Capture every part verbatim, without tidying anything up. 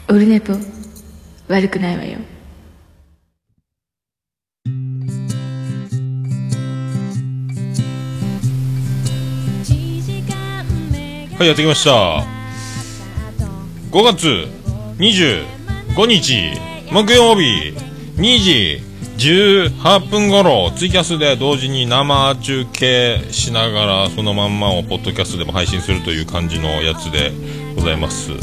オルネポ悪くないわよ。 はい、やってきました。ごがつにじゅうごにち木曜日にじじゅうはっぷん頃、ツイキャスで同時に生中継しながらそのまんまをポッドキャストでも配信するという感じのやつでございます。はい、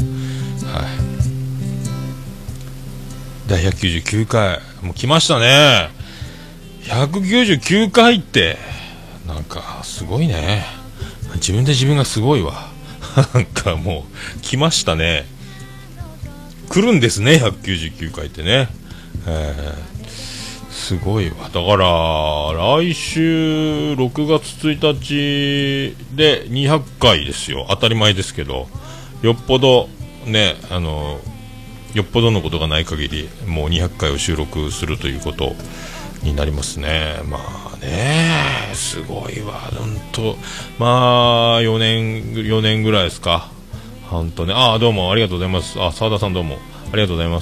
だいひゃくきゅうじゅうきゅうかいもう来ましたね。ひゃくきゅうじゅうきゅうかいってなんかすごいね。自分で自分がすごいわ。なんかもう来ましたね。来るんですね、ひゃくきゅうじゅうきゅうかいってね。えー、すごいわ。だから来週ろくがつついたちでにひゃっかいですよ。当たり前ですけど、よっぽどね、あのよっぽどのことがない限りもうにひゃっかいを収録するということになりますね。まあね、すごいわ、本当。まあよねんよねんぐらいですか、本当ね。ああ、どうもありがとうございます。あ、澤田さんどうもありがとうございます。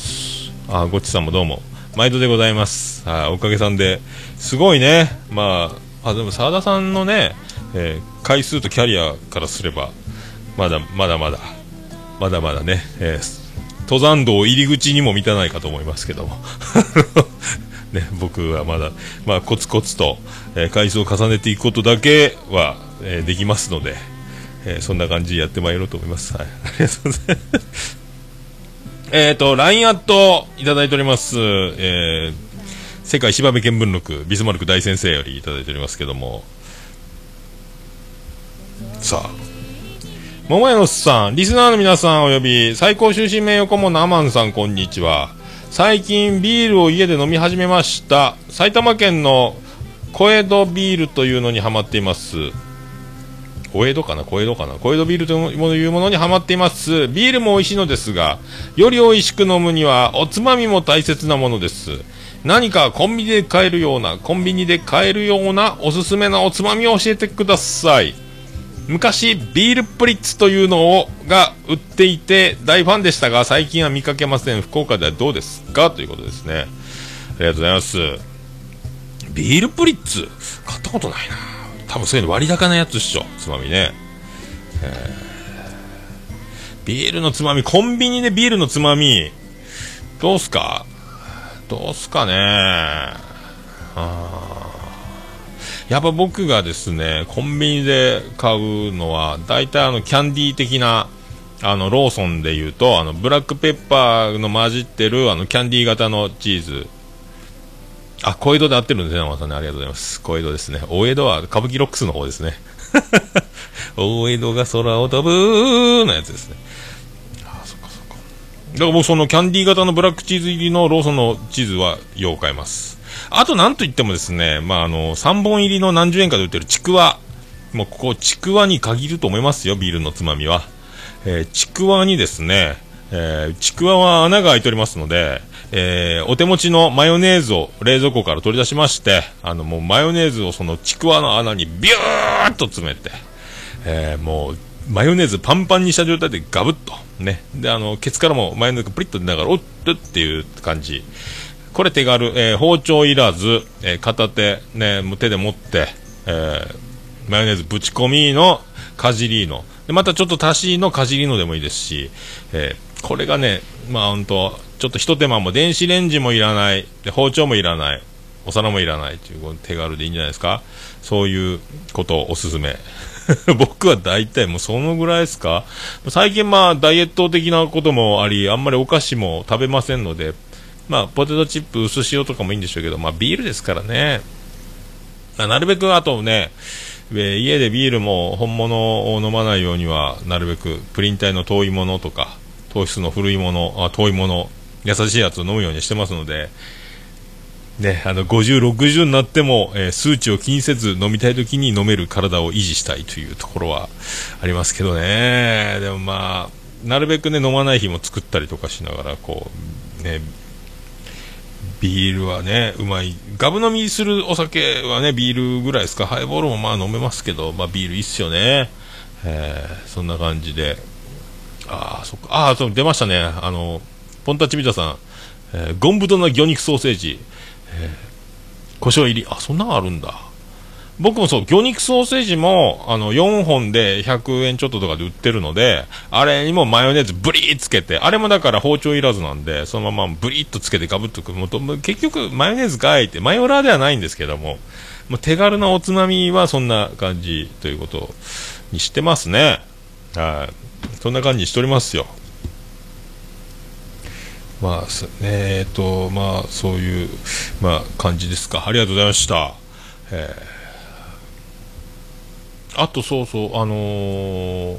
あ、ごっちさんもどうも毎度でございます。あ、おかげさんですごいね。まあ、あでも澤田さんのね、えー、回数とキャリアからすればまだまだまだまだまだね、えー、登山道入り口にも満たないかと思いますけどもね、僕はまだ、まあ、コツコツと、えー、回数を重ねていくことだけは、えー、できますので、えー、そんな感じでやってまいろうと思います。はい、ありがとうございますえっと ライン アットいただいております、えー、世界芝部見聞録ビスマルク大先生よりいただいておりますけども、さあ桃屋のさん、リスナーの皆さんおよび最高終身名誉顧問のアマンさん、こんにちは。最近ビールを家で飲み始めました。埼玉県の小江戸ビールというのにハマっています。小江戸かな小江戸かな小江戸ビールというものにハマっています。ビールも美味しいのですが、より美味しく飲むにはおつまみも大切なものです。何かコンビニで買えるようなコンビニで買えるようなおすすめなおつまみを教えてください。昔ビールプリッツというのをが売っていて大ファンでしたが、最近は見かけません。福岡ではどうですか、ということですね。ありがとうございます。ビールプリッツ買ったことないな。多分そういうの割高なやつっしょ、つまみね。えー、ビールのつまみ、コンビニでビールのつまみどうすかどうすかね。あやっぱ僕がですねコンビニで買うのは大体あのキャンディー的な、あのローソンでいうとあのブラックペッパーの混じってるあのキャンディー型のチーズ。あ、小江戸で合ってるんですね、またね。ありがとうございます。小江戸ですね。大江戸は歌舞伎ロックスの方ですね大江戸が空を飛ぶのやつですね。あ、そっかそっか。だからもうそのキャンディー型のブラックチーズ入りのローソンのチーズはよう買います。あとなんといってもですね、まあ、あのさんぼん入りの何十円かで売ってるちくわ、もうここちくわに限ると思いますよ、ビールのつまみは。えー、ちくわにですね、えー、ちくわは穴が開いておりますので、えー、お手持ちのマヨネーズを冷蔵庫から取り出しまして、あのもうマヨネーズをそのちくわの穴にビューッと詰めて、えー、もうマヨネーズパンパンにした状態でガブッとね、であのケツからもマヨネーズがプリッと出ながらおっとっていう感じ。これ手軽、えー、包丁いらず、えー、片手、ね、手で持って、えー、マヨネーズぶち込みのかじりので、またちょっと足しのかじりのでもいいですし、えー、これがね、まあほんとちょっと一手間も電子レンジもいらないで、包丁もいらない、お皿もいらないという手軽でいいんじゃないですか。そういうことをおすすめ僕は大体もうそのぐらいですか。最近まあダイエット的なこともあり、あんまりお菓子も食べませんので、まあ、ポテトチップ薄塩とかもいいんでしょうけど、まあ、ビールですからね、まあ、なるべくあとね、えー、家でビールも本物を飲まないようにはなるべくプリン体の遠いものとか糖質の古いもの、あ遠いもの、優しいやつを飲むようにしてますので、ね、あのごじゅう、ろくじゅうになっても、えー、数値を気にせず飲みたい時に飲める体を維持したいというところはありますけどね。でもまあなるべくね飲まない日も作ったりとかしながらこうね、ビールはねうまい。ガブ飲みするお酒はねビールぐらいですか。ハイボールもまあ飲めますけど、まあ、ビールいいっすよね。えー、そんな感じで、ああそっか、ああそう出ましたね。あのポンタッチビタさん、えー、ゴンブドの魚肉ソーセージ、えー、胡椒入り、あ、そんなのあるんだ。僕もそう、魚肉ソーセージもあのよんほんでひゃくえんちょっととかで売ってるので、あれにもマヨネーズブリーつけて、あれもだから包丁いらずなんで、そのままブリーっとつけてガブッとくもと、結局マヨネーズかいてマヨラーではないんですけども、もう手軽なおつまみはそんな感じということにしてますね。はい、そんな感じにしておりますよ。まあえーとまあそういうまあ感じですか。ありがとうございました。えーあとそうそうあのー、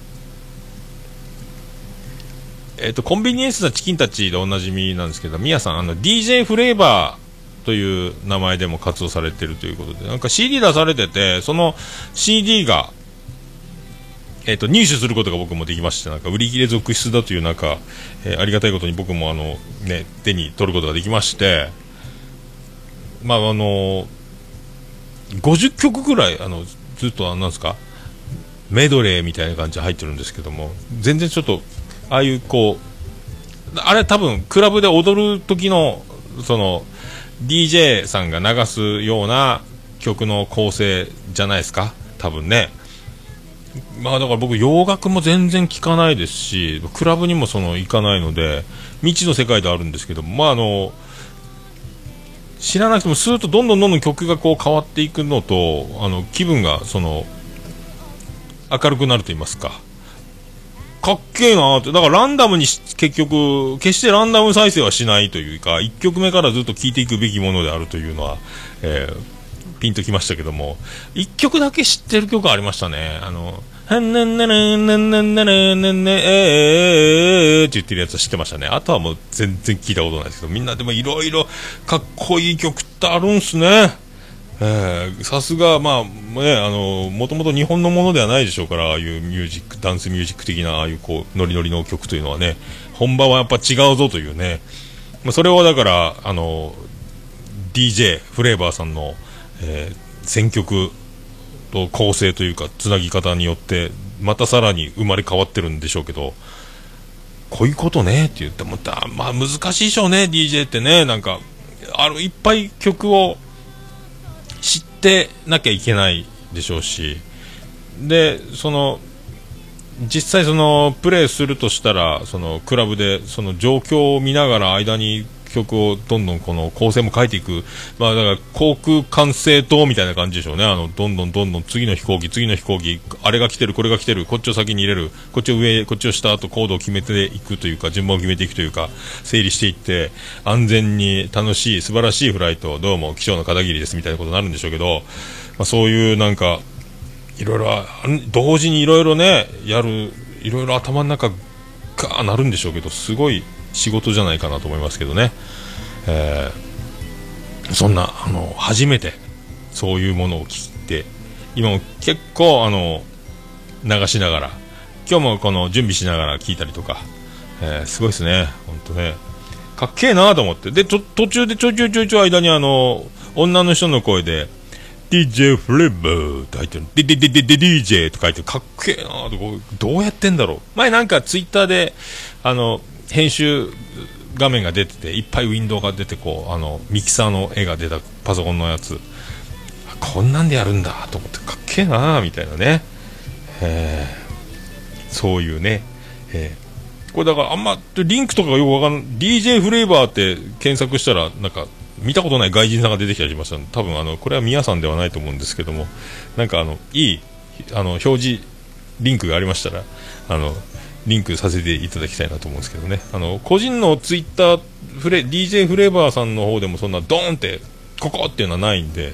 えっ、ー、とコンビニエンスなチキンたちでおなじみなんですけど、ミヤさんあの ディージェー フレーバーという名前でも活動されているということで、なんか シーディー 出されてて、その シーディー がえーと入手することが僕もできまして、なんか売り切れ続出だというなんか、えー、ありがたいことに僕もあのね手に取ることができまして、まああのー、ごじゅっきょくぐらいあのずっとなんですかメドレーみたいな感じで入ってるんですけども、全然ちょっとああいうこうあれ多分クラブで踊る時のその ディージェー さんが流すような曲の構成じゃないですか多分ね。まあだから僕洋楽も全然聴かないですし、クラブにもその行かないので未知の世界であるんですけども、まああの知らなくてもスーッとどんどんどんどん曲がこう変わっていくのと、あの気分がその明るくなると言いますか、かっけえなーって。だからランダムに結局決してランダム再生はしないというか、いっきょくめからずっと聴いていくべきものであるというのは、えー、ピンときましたけども、いっきょくだけ知ってる曲ありましたね。あのはんねんねねんねんねんねんねんねえーって言ってるやつは知ってましたね。あとはもう全然聞いたことないですけど、みんなでもいろいろかっこいい曲ってあるんすね。さすがまあね、あのもともと日本のものではないでしょうから、ああいうミュージックダンスミュージック的なああいうこうノリノリの曲というのはね、本場はやっぱ違うぞというね、まあ、それをだからあの ディージェー フレーバーさんの、えー、選曲と構成というかつなぎ方によってまたさらに生まれ変わってるんでしょうけど、こういうことねって言ってもだ、まあ難しいでしょうね ディージェー ってね。なんかあのいっぱい曲を知ってなきゃいけないでしょうし、でその実際そのプレイするとしたらそのクラブでその状況を見ながら間に曲をどんどんこの構成も変えていく、まあだから航空管制塔みたいな感じでしょうね。あのどんどんどんどん次の飛行機次の飛行機あれが来てるこれが来てる、こっちを先に入れる、こっちを上こっちを下とコードを決めていくというか、順番を決めていくというか、整理していって安全に楽しい素晴らしいフライト、どうも機長の片桐ですみたいなことになるんでしょうけど、まあ、そういうなんかいろいろ同時にいろいろねやる、いろいろ頭の中ガーなるんでしょうけど、すごい仕事じゃないかなと思いますけどね。えー、そんなあの初めてそういうものを聞いて、今も結構あの流しながら、今日もこの準備しながら聞いたりとか、えー、すごいですね本当ね、かっけえなと思って。でと途中でちょいちょいちょいちょい間にあの女の人の声でディージェー フレーバーって入ってる、ディディディディディディージェーって書いてかっけえなと、どうやってんだろう。前なんかツイッターであの編集画面が出てていっぱいウィンドウが出て、こうあのミキサーの絵が出たパソコンのやつ、こんなんでやるんだと思って、かっけえなみたいなね、えー、そういうね、えー、これだからあんまリンクとかがよくわかんない。 ディージェー フレーバーって検索したらなんか見たことない外人さんが出てきたりしました、ね、多分あのこれは宮さんではないと思うんですけども、なんかあのいいあの表示リンクがありましたらあのリンクさせていただきたいなと思うんですけどね。あの個人のツイッターフレ ディージェー フレーバーさんの方でもそんなドーンってここっていうのはないんで、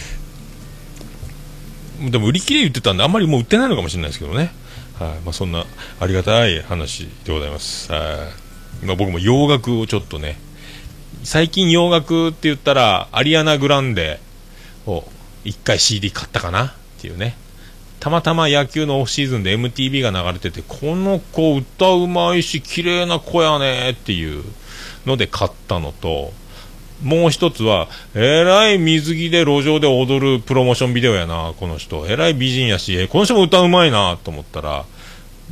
でも売り切れ言ってたんであんまりもう売ってないのかもしれないですけどね。はい、まあ、そんなありがたい話でございます。はい、まあ、僕も洋楽をちょっとね、最近洋楽って言ったらアリアナ・グランデをいっかい シーディー 買ったかなっていうね。たまたま野球のオフシーズンで エムティービー が流れてて、この子歌うまいし綺麗な子やねっていうので買ったのと、もう一つはえらい水着で路上で踊るプロモーションビデオやなこの人、えらい美人やしこの人も歌うまいなと思ったら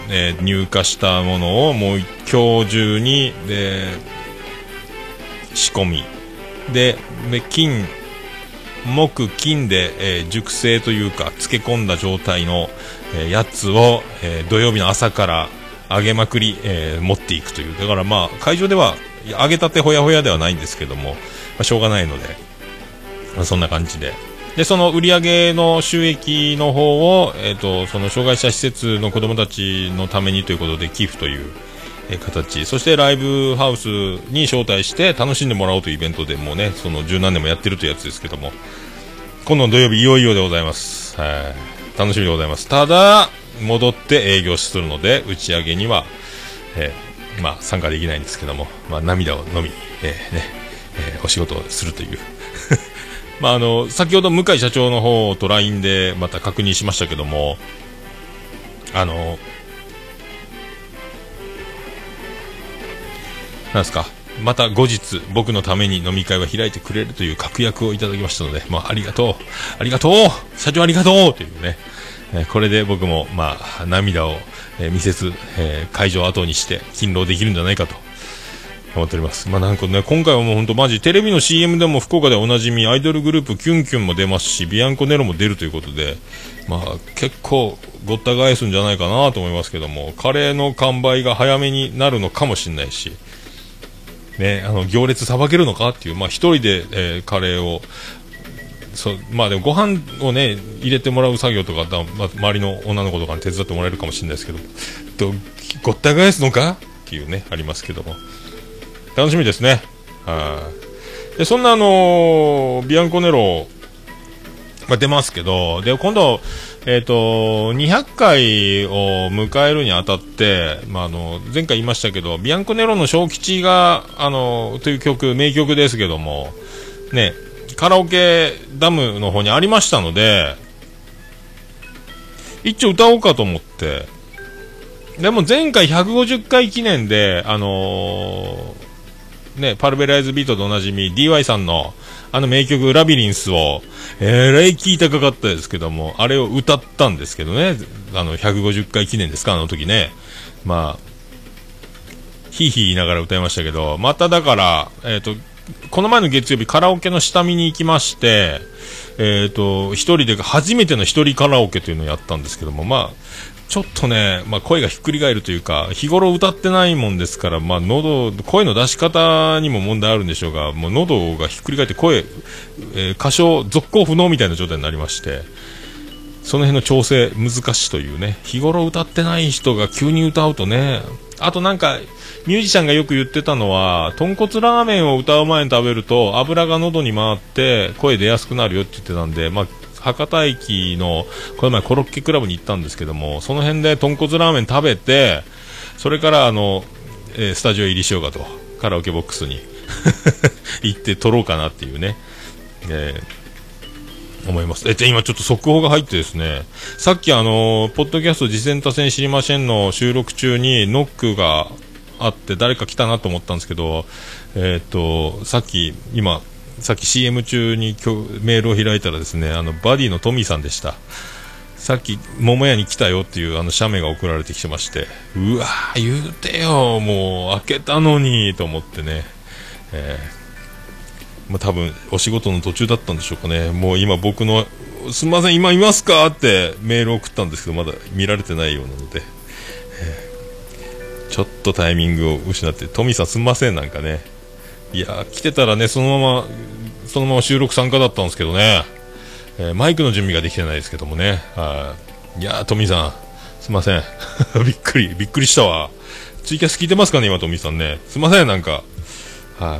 えー、入荷したものをもう今日中にで仕込みで金木金で、えー、熟成というか漬け込んだ状態の、えー、やつを、えー、土曜日の朝から揚げまくり、えー、持っていくという。だからまあ会場では揚げたてほやほやではないんですけども、まあ、しょうがないので、まあ、そんな感じででその売り上げの収益の方を、えー、とその障害者施設の子どもたちのためにということで寄付という、えー、形、そしてライブハウスに招待して楽しんでもらおうというイベントでもうねその十何年もやってるというやつですけども、今度の土曜日いよいよでございます。はい、楽しみでございます。ただ戻って営業するので打ち上げには、えーまあ、参加できないんですけども、まあ、涙を飲み、えーねえー、お仕事をするというまあ、あの先ほど向井社長の方と ライン でまた確認しましたけども、あのなんですか、また後日僕のために飲み会は開いてくれるという確約をいただきましたので、まあ、ありがとうありがとう社長ありがとうというね、えー、これで僕も、まあ、涙を、えー、見せず、えー、会場を後にして勤労できるんじゃないかと思っております。まあ、なんかね今回はもう本当マジテレビの シーエム でも福岡でおなじみアイドルグループキュンキュンも出ますし、ビアンコネロも出るということで、まあ結構ごった返すんじゃないかなと思いますけども、カレーの完売が早めになるのかもしれないしね、あの行列さばけるのかっていう、まあ一人で、えー、カレーをそうまあでもご飯をね入れてもらう作業とかだ、まあ、周りの女の子とかに手伝ってもらえるかもしれないですけど、とごった返すのかっていうねありますけども、楽しみですね。はでそんなあのー、ビアンコネロが出ますけど、で今度、えー、とにひゃっかいを迎えるにあたって、まあ、あの前回言いましたけどビアンコネロの小吉が、あのー、という曲名曲ですけどもね、カラオケダムの方にありましたので一応歌おうかと思って、でも前回ひゃくごじゅっかい記念であのーね、パルベライズビートでおなじみ ディーワイ さんのあの名曲ラビリンスをえらい聞いたかかったですけども、あれを歌ったんですけどね、あのひゃくごじゅっかい記念ですか、あの時ね、まあヒーヒー言いながら歌いましたけど、まただから、えーとこの前の月曜日カラオケの下見に行きまして、えーと一人で初めての一人カラオケというのをやったんですけども、まあちょっとね、まあ、声がひっくり返るというか日頃歌ってないもんですから、まあ、喉声の出し方にも問題あるんでしょうが、もう喉がひっくり返って声、えー、歌唱続行不能みたいな状態になりまして、その辺の調整難しいというね、日頃歌ってない人が急に歌うとね、あとなんかミュージシャンがよく言ってたのは豚骨ラーメンを歌う前に食べると油が喉に回って声出やすくなるよって言ってたんで、まあ博多駅のこの前コロッケクラブに行ったんですけども、その辺で豚骨ラーメン食べて、それからあの、えー、スタジオ入りしようかとカラオケボックスに行って撮ろうかなっていうね、えー、思います。えっと今ちょっと速報が入ってですね、さっきあのポッドキャスト次戦多戦知りませんの収録中にノックがあって誰か来たなと思ったんですけど、えー、っとさっき今さっき シーエム 中に今日メールを開いたらですね、あのバディのトミーさんでした。さっき桃屋に来たよっていうあの写メが送られてきてまして、うわー言うてよもう開けたのにと思ってね、えーまあ、多分お仕事の途中だったんでしょうかね。もう今僕のすみません今いますかってメールを送ったんですけどまだ見られてないようなので、えー、ちょっとタイミングを失って、トミーさんすみませんなんかね、いや来てたらねそのままそのまま収録参加だったんですけどね、えー、マイクの準備ができてないですけどもね、はいやトミーさんすいませんびっくりびっくりしたわ。ツイキャス聞いてますかね今トミーさんね、すいませんなんか、はい、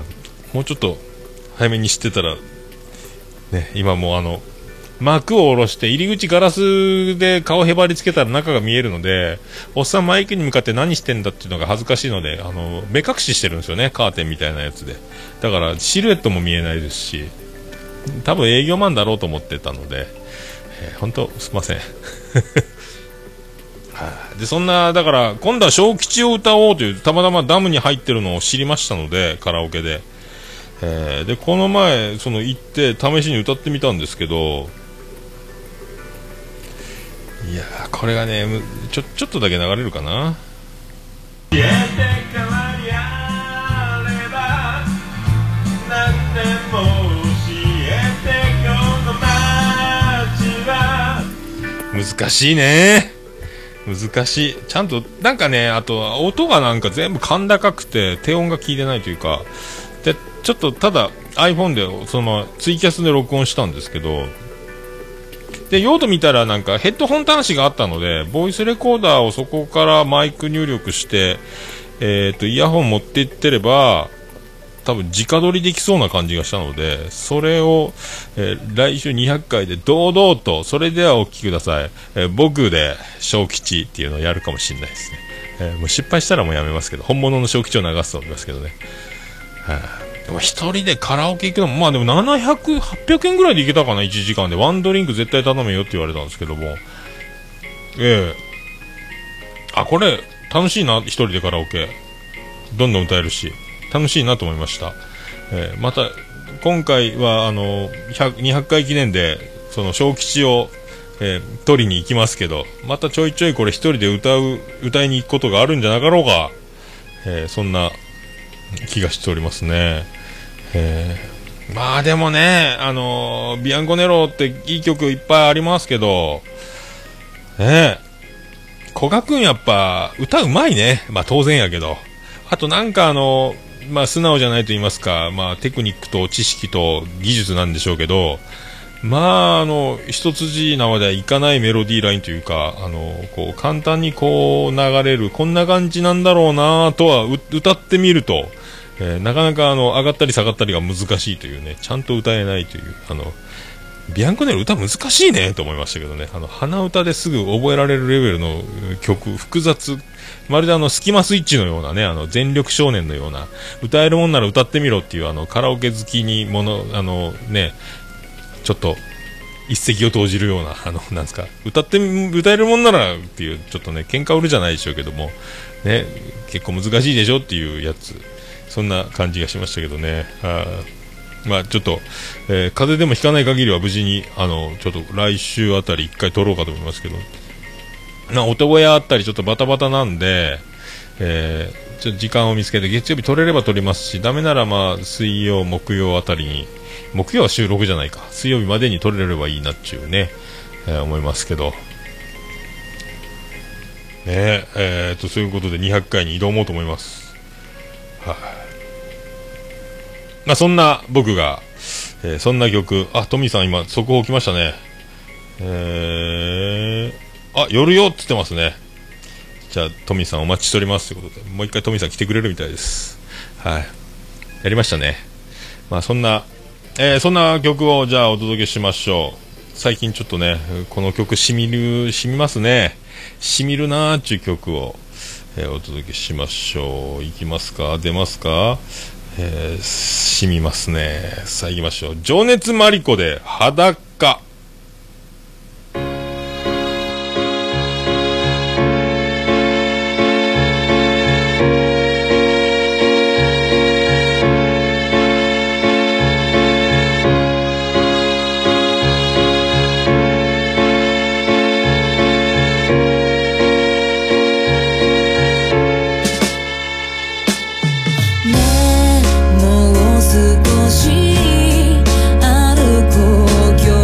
もうちょっと早めに知ってたらね、今もうあの幕を下ろして入り口ガラスで顔へばりつけたら中が見えるので、おっさんマイクに向かって何してんだっていうのが恥ずかしいので、あの目隠ししてるんですよね、カーテンみたいなやつで。だからシルエットも見えないですし、多分営業マンだろうと思ってたので、えー、本当すいませんでそんなだから今度は小吉を歌おうという、たまたまダムに入ってるのを知りましたのでカラオケで、えー、でこの前その行って試しに歌ってみたんですけど、 いやーこれがねちょ、ちょっとだけ流れるかな。難しいね、難しい。ちゃんとなんかね、あと音がなんか全部甲高くて低音が効いてないというかで、ちょっとただ iPhone でそのままツイキャスで録音したんですけど、で用途見たらなんかヘッドホン端子があったのでボイスレコーダーをそこからマイク入力して、えー、とイヤホン持っていってれば多分直撮りできそうな感じがしたので、それを、えー、来週にひゃっかいで堂々と、それではお聞きください、えー、僕で小吉っていうのをやるかもしれないですね、えー、もう失敗したらもうやめますけど、本物の小吉を流すと思いますけどね。はあ、でも一人でカラオケ行くのもまあでもななひゃく、はっぴゃくえんぐらいで行けたかな。いちじかんでワンドリンク絶対頼めよって言われたんですけども、ええー、あこれ楽しいな、一人でカラオケどんどん歌えるし楽しいなと思いました、えー、また今回はあのにひゃっかい記念でその小吉を、えー、取りに行きますけど、またちょいちょいこれ一人で歌う歌いに行くことがあるんじゃなかろうか、えー、そんな気がしておりますね。えー、まあでもね、あのー、ビアンコネロっていい曲いっぱいありますけどね、古賀くんやっぱ歌うまいね。まあ当然やけど、あとなんかあのーまあ、素直じゃないと言いますか、まあ、テクニックと知識と技術なんでしょうけど、まあ、あの一筋縄ではいかないメロディーラインというか、あのこう簡単にこう流れるこんな感じなんだろうなとは歌ってみると、えー、なかなかあの上がったり下がったりが難しいというね、ちゃんと歌えないという、あのビアンコネロ歌難しいねと思いましたけどね、あの鼻歌ですぐ覚えられるレベルの曲、複雑、まるであのスキマスイッチのようなね、あの全力少年のような、歌えるもんなら歌ってみろっていう、あのカラオケ好きにものあのね、ちょっと一石を投じるような、あのなんですか、歌って歌えるもんならっていう、ちょっとね喧嘩売るじゃないでしょうけどもね、結構難しいでしょっていうやつ、そんな感じがしましたけどね。あまあちょっと、えー、風邪でもひかない限りは無事にあのちょっと来週あたり一回撮ろうかと思いますけど、な音小屋あったりちょっとバタバタなんで、えー、ちょっと時間を見つけて月曜日撮れれば撮りますし、ダメならまあ水曜木曜あたりに、木曜は収録じゃないか、水曜日までに撮れればいいなっちゅうね、えー、思いますけどね。ええー、とそういうことでにひゃっかいに挑もうと思います。はい、あ、まあ、そんな僕が、えー、そんな曲、あ、トミーさん今速報来ましたね。えー、あ、夜よって言ってますね。じゃあトミーさんお待ちしておりますということで、もう一回トミーさん来てくれるみたいです。はい、やりましたね。まあそんな、えー、そんな曲をじゃあお届けしましょう。最近ちょっとねこの曲しみるしみますね、しみるなーっていう曲を、えー、お届けしましょう。いきますか、出ますか、えー、しみますね。さあ行きましょう。情熱マリコで裸。 少し歩こう今日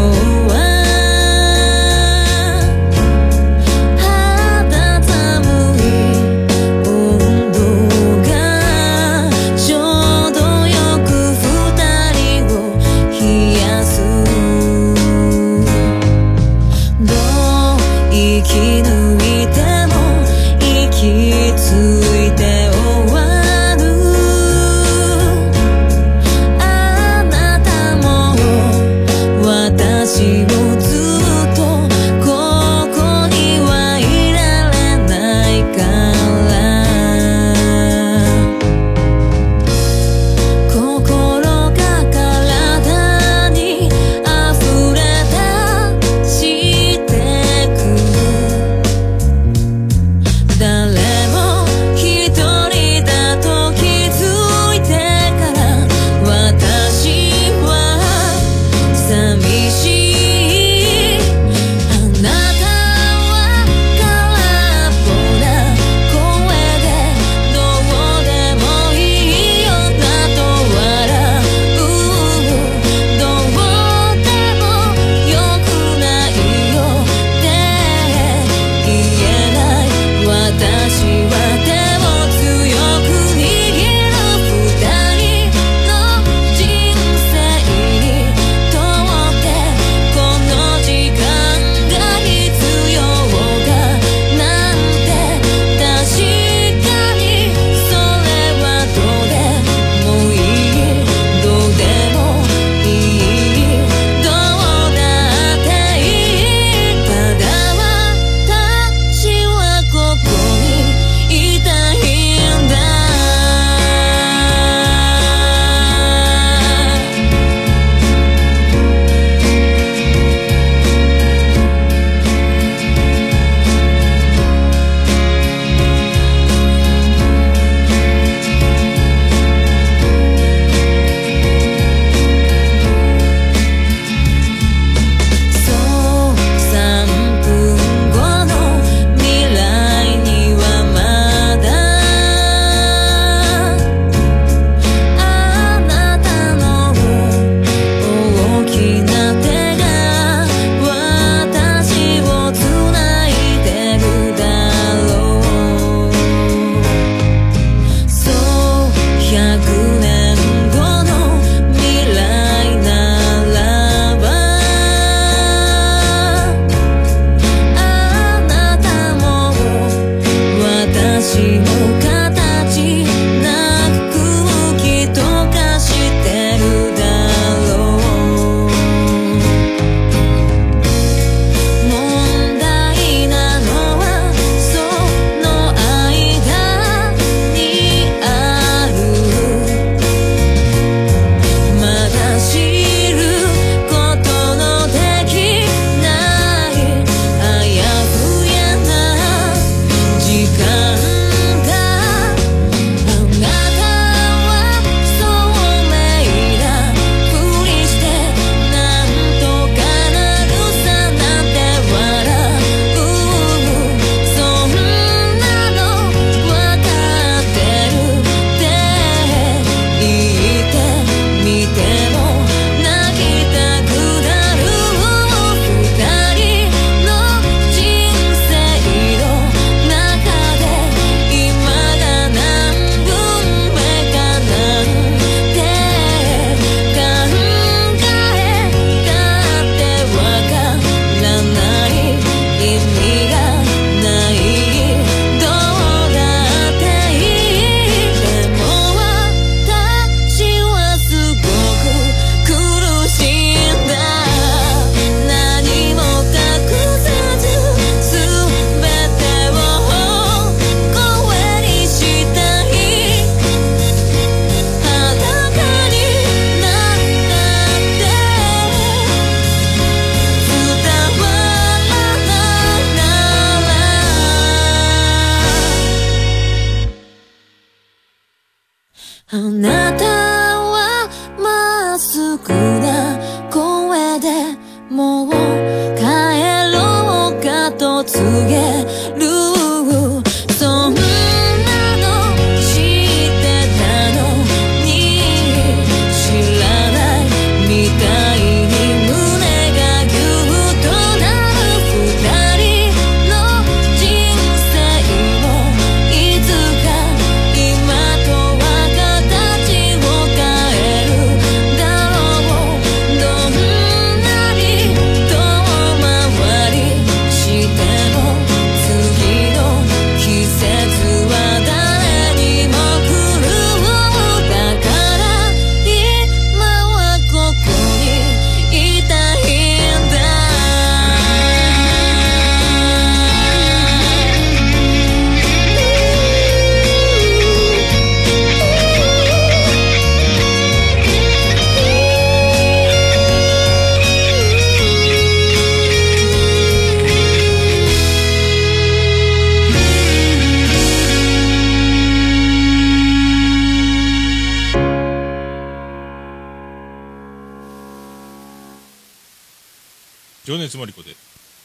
あなたはまっすぐな声でもう帰ろうかと告げる。そんなの知ってたのに知らないみたいに胸がギュッとなる二人の人生もいつか今とは形を変えるだろう。どんなに遠回りしても次の季節は誰にも来る。だから今はここにいたいんだ。 情熱マリコで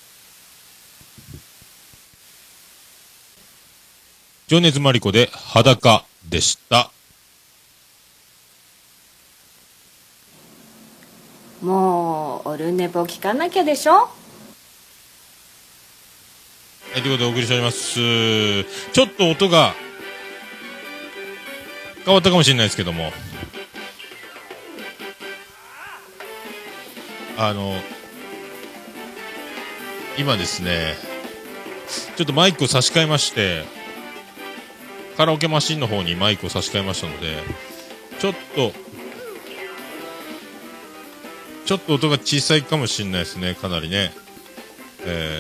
情熱マリコで裸でした。 もうオルネポ聞かなきゃでしょ。 はい、ということでお送りしております。ちょっと音が変わったかもしれないですけども、あの今ですね、ちょっとマイクを差し替えまして、カラオケマシンの方にマイクを差し替えましたので、ちょっとちょっと音が小さいかもしれないですね、かなりね。え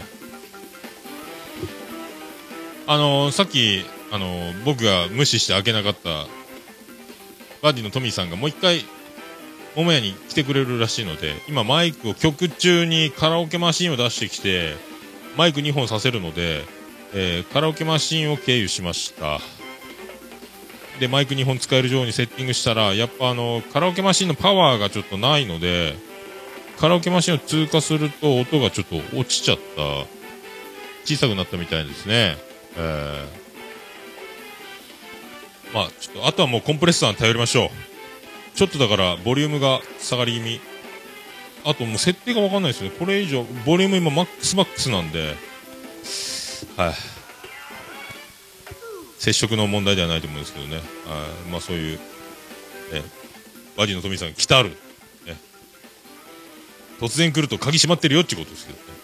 ー、あのー、さっき、あのー、僕が無視して開けなかったバディのトミーさんがもう一回桃屋に来てくれるらしいので、今マイクを曲中にカラオケマシンを出してきてマイクにほんさせるので、えー、カラオケマシンを経由しました。でマイクにほん使えるようにセッティングしたら、やっぱあのカラオケマシンのパワーがちょっとないので、カラオケマシンを通過すると音がちょっと落ちちゃった、小さくなったみたいですね。えー、まあちょっとあとはもうコンプレッサーに頼りましょう。ちょっとだからボリュームが下がり気味。あともう設定がわかんないですね。これ以上ボリューム今マックスマックスなんで、はい、接触の問題ではないと思うんですけどね。はい、まあそういう、えバディのトミーさんが来たる、ね、突然来ると鍵閉まってるよっていうことですけどね。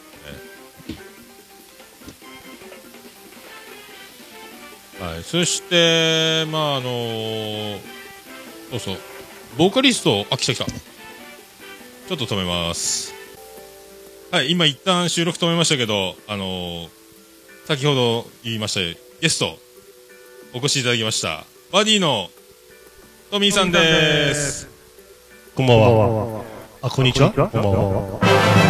はい、そしてまああのー、そうそうボーカリスト、あ、来た来た。ちょっと止めます。はい、今一旦収録止めましたけど、あのー、先ほど言いましたゲストお越しいただきました。バディのトミーさんです。 こんばんは。あ、こんにちは。こんばんは。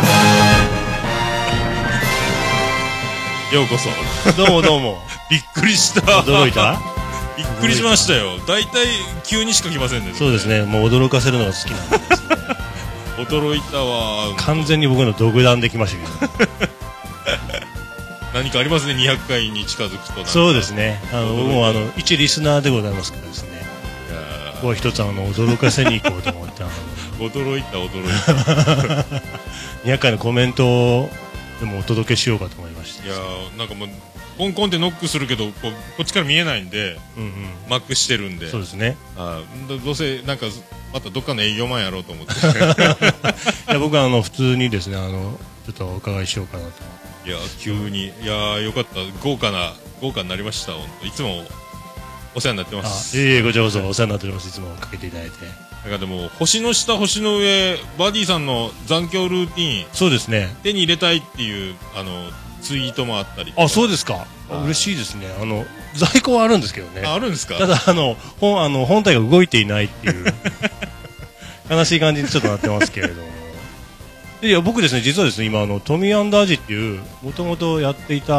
ようこそ。 どうもどうも。 びっくりした。 驚いた？ びっくりしましたよ。だいたい急にしか来ませんね。 そうですね。もう驚かせるのが好きなんですね。 驚いたわ。 完全に僕の独断できましたけど。 何かありますね。にひゃっかいに近づくと。 そうですね。あのもうあの一リスナーでございますからですね。ここは一つあの驚かせに行こうと思って驚いた驚いた。 にひゃっかいのコメントをでもお届けしようかと思いまして。 いやーなんかもうコンコンってノックするけどこうこっちから見えないんで、うんうん、マックしてるんで。 そうですね。 あどどうせなんかまたどっかの営業マンやろうと思って。 いや僕はあの普通にですねあのちょっとお伺いしようかなと。 いや急にいやーよかった、豪華な豪華になりました。本当いつもお世話になってます。 いえいえこちらこそお世話になっております。いつもかけていただいて。 だからでも星の下星の上バディさんの残響ルーティーン、 そうですね、 手に入れたいっていうあのツイートもあったり。 あ、そうですか。嬉しいですね。あの在庫はあるんですけどね。 あ、あるんですか。 ただあの本あの本体が動いていないっていう悲しい感じにちょっとなってますけれども。いや僕ですね実はですね今あのトミーアンダージっていうもともとやっていた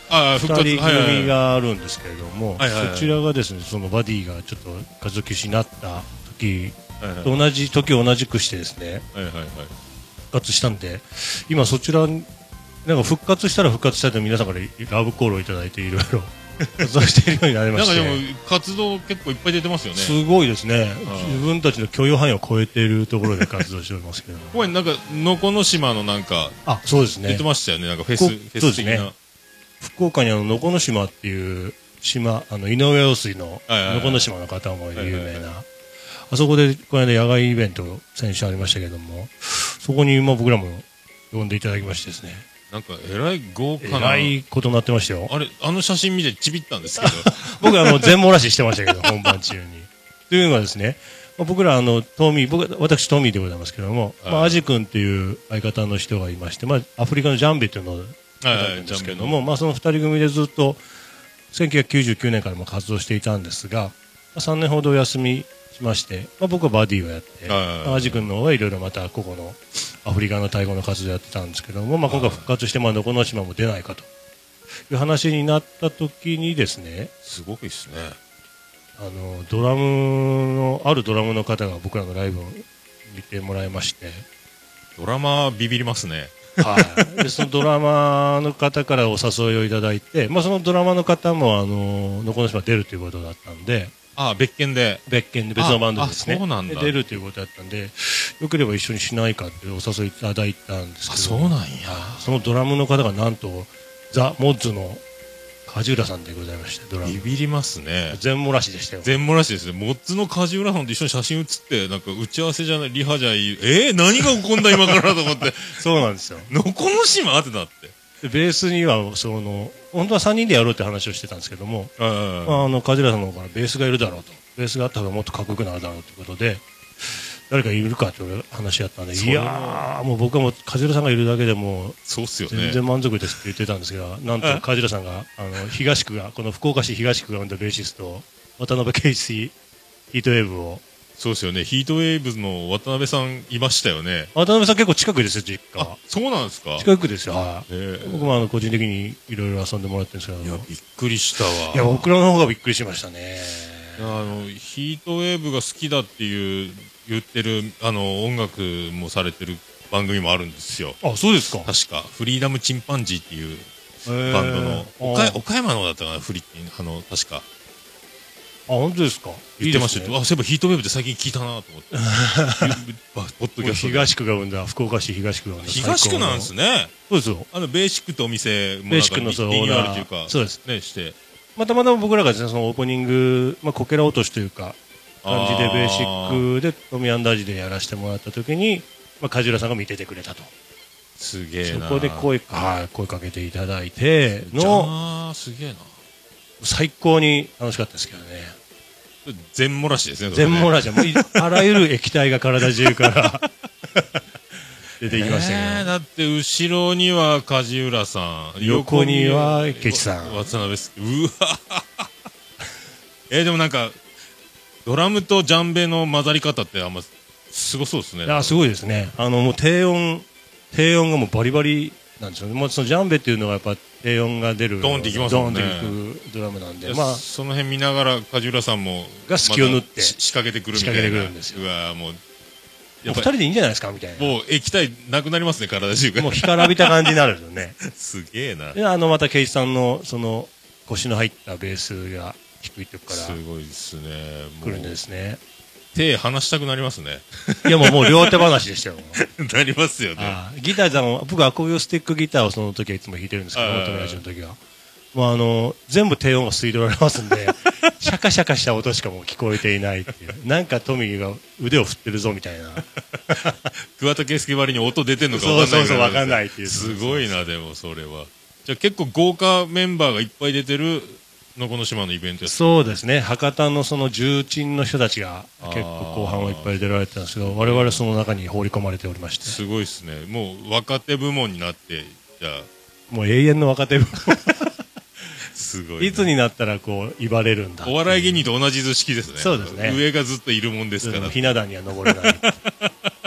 あ復活ふたり組があるんですけれども、 はいはいはい、 そちらがですね、そのバディがちょっと活動休止になった時はいはい、 と同じ時を同じくしてですね、 はいはいはい、 復活したんで、今そちらなんか復活したら復活したで皆さんからラブコールをいただいていろいろ活動しているようになりまして、 なんかでも活動結構いっぱい出てますよね。 すごいですね。自分たちの許容範囲を超えているところで活動しておりますけどこれなんか能古島のなんかあそうですね言ってましたよね、なんかフェスフェス的な、ね、 福岡にあの能古島っていう島、あの井上陽水の能古島の方も有名な、あそこでこの間野外イベント先週ありましたけども、そこに今僕らも呼んでいただきましてですね、 なんかえらい豪華な、 えらいことになってましたよ。 あれあの写真見てちびったんですけど僕はあの全漏らししてましたけど本番中にというのはですね、まあ、僕らあのトミー僕私トミーでございますけども、はい、まあ、アジ君っていう相方の人がいまして、まあ、アフリカのジャンベっていうのをやったんですけども、まあ、そのふたり組でずっとせんきゅうひゃくきゅうじゅうきゅうねんからも活動していたんですが、まあ、さんねんほどお休みしまして、まあ、僕はバディをやって、まあ、アジ君の方はいろいろまたここのアフリカの対抗の活動をやってたんですけども、まあ、今回復活してまあ能古の島も出ないかという話になった時にですね、 すごくいいですね、 あのドラムのあるドラムの方が僕らのライブを見てもらいまして、 ドラマビビりますね。 はい、でそのドラマの方からお誘いをいただいて、まあ、そのドラマの方もあの能古の島出るということだったんで、 ああ別件で別件で別のバンドですね、 そうなんだ、 出るということだったんで、よければ一緒にしないかってお誘いいただいたんですけど、 あそうなんや、 そのドラムの方がなんとザ・モッズの梶浦さんでございまして、ドラムビビりますね。 全漏らしでしたよ。 全漏らしですね。モッズの梶浦さんと一緒に写真写って、なんか打ち合わせじゃない、リハじゃいい、えー、何が起こんだ今からと思ってそうなんですよ。 能古の島ってなってでベースにはその本当はさんにんでやろうって話をしてたんですけども、 あ、 まあ、あの梶浦さんの方からベースがいるだろうと、ベースがあった方がもっとかっこよくなるだろうということで、誰かいるかという話やったんで、いやーもう僕はもう梶浦さんがいるだけでもそうっすよね、 全然満足ですって言ってたんですが、なんと梶浦さんがあの東区がこの福岡市東区が生んだベーシスト渡辺圭一ヒートウェーブを、 そうですよね、ヒートウェーブの渡辺さんいましたよね。 渡辺さん結構近くですよ、実家。 あ、そうなんですか。 近くですよ、はい、 えー、 僕もあの個人的にいろいろ遊んでもらってるんですけど、 いやびっくりしたわ。 いや僕らの方がびっくりしましたね。 あのヒートウェーブが好きだっていう言ってるあの音楽もされてる番組もあるんですよ。 あ、そうですか。 確かフリーダムチンパンジーっていうバンドの、えー、岡, 岡山のだったかな、フリあの確か。 あ、本当ですか。 言ってましたよ、ね、あ、そういえばヒートウェーブって最近聞いたなと思ってポッドキャスト東区が生んだ、福岡市東区が生んだ東区なんですね。 そうですよ。 あのベーシックってお店もベーシックのそうリニューアルというか、 そうですね、してまたまた僕らがですね、そのオープニング、まあ、こけら落としというか感じでベーシックでトミアンダージでやらせてもらった時に、まあ、梶浦さんが見ててくれたと。 すげえな。 そこで声、はい、声かけていただいての、 あすげえな。 最高に楽しかったですけどね。 全漏らしですね。 全漏らし、もうあらゆる液体が体中から出てきましたけど、 えー、だって後ろには梶浦さん、 横にはケチさん、 渡辺すうわえー、でもなんかドラムとジャンベの混ざり方ってあんますごそうですね。 いやすごいですね。あのもう低音低音がもうバリバリなんですよね。もうそのジャンベっていうのがやっぱ低音が出るドンっていきますもんね。 ドンっていくドラムなんで、まあその辺見ながら梶浦さんもが隙を縫って仕掛けてくるみたいな。 仕掛けてくるんですよ。 うわもうお二人でいいんじゃないですかみたいな。 もう液体なくなりますね、体中が。 もう干からびた感じになるんですよね。 すげえな。 であのまたケイチさんのその腰の入ったベースが低いとこからすごいですね。 来るんですね。 手離したくなりますね。 いやもうもう両手話でしたよ。 なりますよね。 あギターさんは僕アコースティックギターをその時はいつも弾いてるんですけど、友達の時はもうあの全部低音が吸い取られますんでシャカシャカした音しかもう聞こえていないっていう、なんかトミーが腕を振ってるぞみたいな桑田佳祐ばりに音出てんのか分かんない。 そうそうそう分かんないっていう。 すごいな。でもそれはじゃあ結構豪華メンバーがいっぱい出てる能古の島のイベントや。 そうですね。博多のその重鎮の人たちが結構後半はいっぱい出られてたんですけど、我々その中に放り込まれておりまして、 すごいですね。もう若手部門になって、じゃあもう永遠の若手部門すごい。 いつになったらこう言われるんだ。 お笑い芸人と同じ図式ですね。 そうですね。 上がずっといるもんですから。 ひな壇には登れない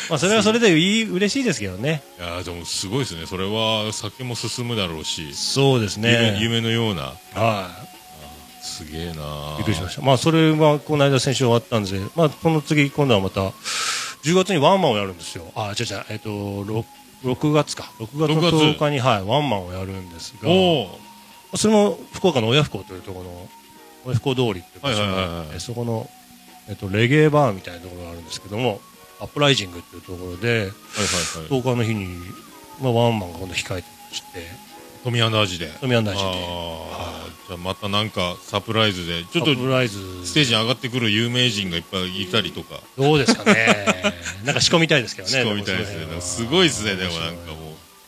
まあそれはそれでいい嬉しいですけどね。 いやーでもすごいですね。それは酒も進むだろうし、 そうですね。 夢、夢のような。 はい。 すげえな。 びっくりしました。まあそれはこの間先週終わったんで、まあこの次今度はまたじゅうがつにワンマンをやるんですよ。あ、違う違う、えっとろくがつか。ろくがつのとおかにはいワンマンをやるんですが、おそれも福岡の親不孝というところの親不孝通りっていう場所で、そこのえっとレゲエバーみたいなところがあるんですけども、アップライジングっていうところで、はいはいはい、とおかの日にまあワンマンが今度控えてまして、 富山の味で。 富山の味で。 じゃあまたなんかサプライズでちょっとステージに上がってくる有名人がいっぱいいたりとか。 どうですかね。なんか仕込みたいですけどね。 仕込みたいですね。すごいですね。でもなんかもう。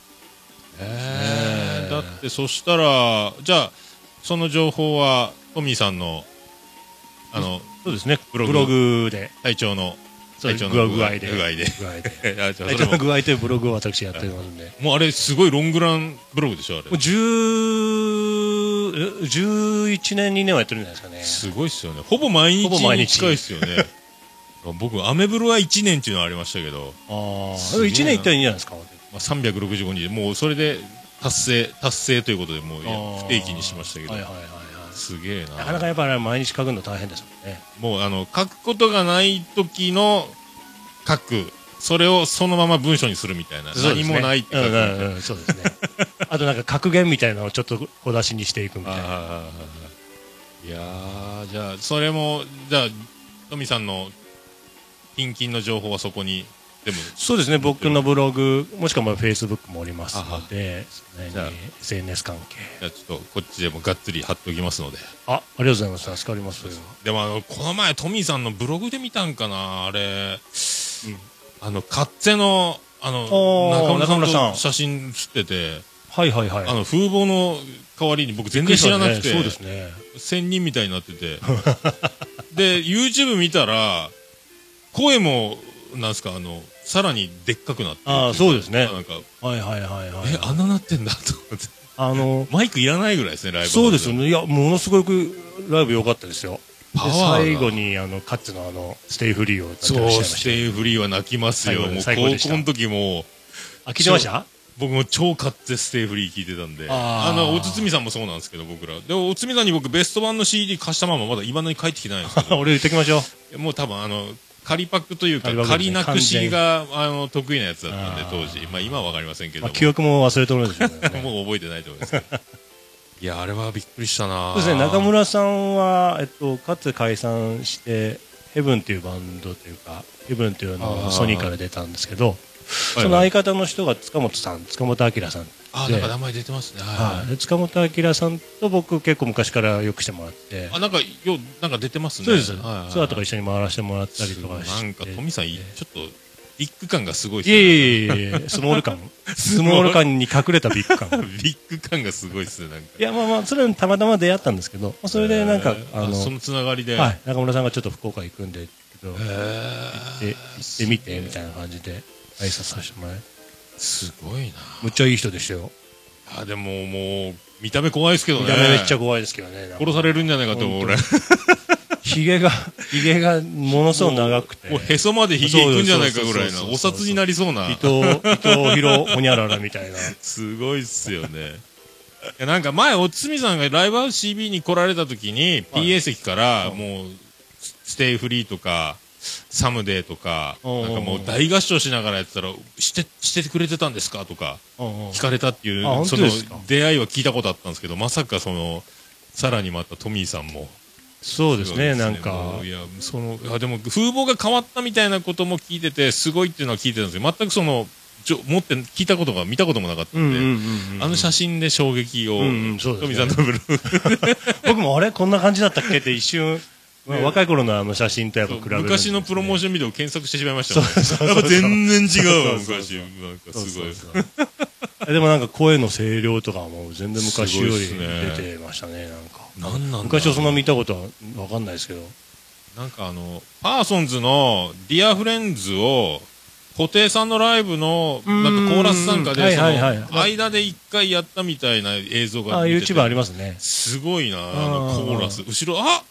えー、だってそしたらじゃあその情報はトミーさんのあのそうですね。ブログで体調の体調の具合で具合で体調の具合というブログを私やってますんで。 もうあれすごいロングランブログでしょあれ。 じゅう、じゅういちねんにねんはやってるんじゃないですかね。 すごいっすよね。ほぼ毎日に近いっすよね。僕アメブロはいちねんっていうのはありましたけど。 ああ。いちねんいったらいいんじゃないですか。 まあさんびゃくろくじゅうごにちでもうそれで達成達成ということでもう不定期にしましたけど。はいはいはいはい。すげえな。 なかなかやっぱり毎日書くの大変ですもんね。 もうあの書くことがない時の書く。それをそのまま文章にするみたいな。何もないって書く。 そうですね。あとなんか格言みたいなのをちょっと小出しにしていくみたいな。 いやー、じゃあそれもじゃあトミさんの近々の情報はそこに全部。 そうですね。僕のブログもしくはフェイスブックもおりますので、エスエヌエス 関係。 じゃあちょっとこっちでもがっつり貼っておきますので。 あ、ありがとうございます。助かります。 でもあのこの前トミーさんのブログで見たんかなあれ。あのカッツェのあの中村さんと写真写ってて、 はいはいはい。 あの風貌の代わりに僕全然知らなくて、 そうですね。 仙人みたいになってて、で YouTube 見たら声もなんすかあのさらにでっかくなって、 ああそうですね。 なんかはいはいはいはい。 えあんななってんだと思って、 あのマイクいらないぐらいですねライブ。 そうですよね。いやものすごくライブ良かったですよ。最後にあのカッツのあのステイフリーをそうステイフリーは泣きますよ。もう高校の時もあ聞いてました？ 僕も超カッツステイフリー聞いてたんで、あのおつつみさんもそうなんですけど僕らでおつみさんに僕ベスト版の シーディー 貸したまままだ今のに帰ってきてないんですけど俺言ってきましょう。もう多分あの仮パックというか仮なくしがあの得意なやつだったんで当時、まあ今はわかりませんけど記憶も忘れてるでしょうね。 もう覚えてないと思いますけど。いやあれはびっくりしたな。 そうですね。中村さんはえっとかつ解散してヘブンっていうバンドというかヘブンっていうのがソニーから出たんですけど、その相方の人が塚本さん、塚本明さん。 あなんか名前出てますね。 はい。塚本明さんと僕結構昔からよくしてもらって、 あなんかよなんか出てますね。 そうです。ツアーとか一緒に回らせてもらったりとかして、 なんか富さんちょっとビッグ感がすごいですね。いえいえいえ、スモール感。スモール感に隠れたビッグ感。 ビッグ感がすごいですね、なんか。 いや、まあまあ、それはたまたま出会ったんですけど、それでなんか、 あの、そのつながりで。 はい。中村さんがちょっと福岡行くんで、行って、行ってみて、みたいな感じで挨拶させてもらえ。 すごいな。 むっちゃいい人でしたよ。 あ、でももう、見た目怖いですけどね。 見た目めっちゃ怖いですけどね。 殺されるんじゃないかと思う、俺。 ひげが、ひげがものすごく長くて。 もうへそまでひげいくんじゃないかぐらいな、お札になりそうな。 伊藤、伊藤博ほにゃららみたいな。 すごいっすよね。いやなんか前、おつみさんがライブハウス シービー に来られた時に、ピーエー 席から、もう、ステイフリーとか、サムデーとか、なんかもう大合唱しながらやってたら、して、しててくれてたんですかとか、聞かれたっていう、その出会いは聞いたことあったんですけど、まさかその、さらにまたトミーさんも、 そうですね、なんか。 いや、その、いやでも風貌が変わったみたいなことも聞いてて、すごいっていうのは聞いてたんですけど、全くその、ちょ持って、聞いたことが、見たこともなかったんで、あの写真で衝撃を、トミーさんのブログ。 僕もあれこんな感じだったっけって一瞬、若い頃のあの写真とやっぱ比べる。 昔のプロモーションビデオ検索してしまいましたね。やっぱ全然違うわ、昔。なんかすごい。 でもなんか声の声量とかも全然昔より出てましたね、なんか。 なんなん昔はそんな見たことはわかんないですけど。 なんかあの、パーソンズのディアフレンズを、布袋さんのライブの、なんかコーラス参加で、その、間で一回やったみたいな映像があ、YouTube ありますね。 すごいな、あのコーラス。後ろ、あ、あら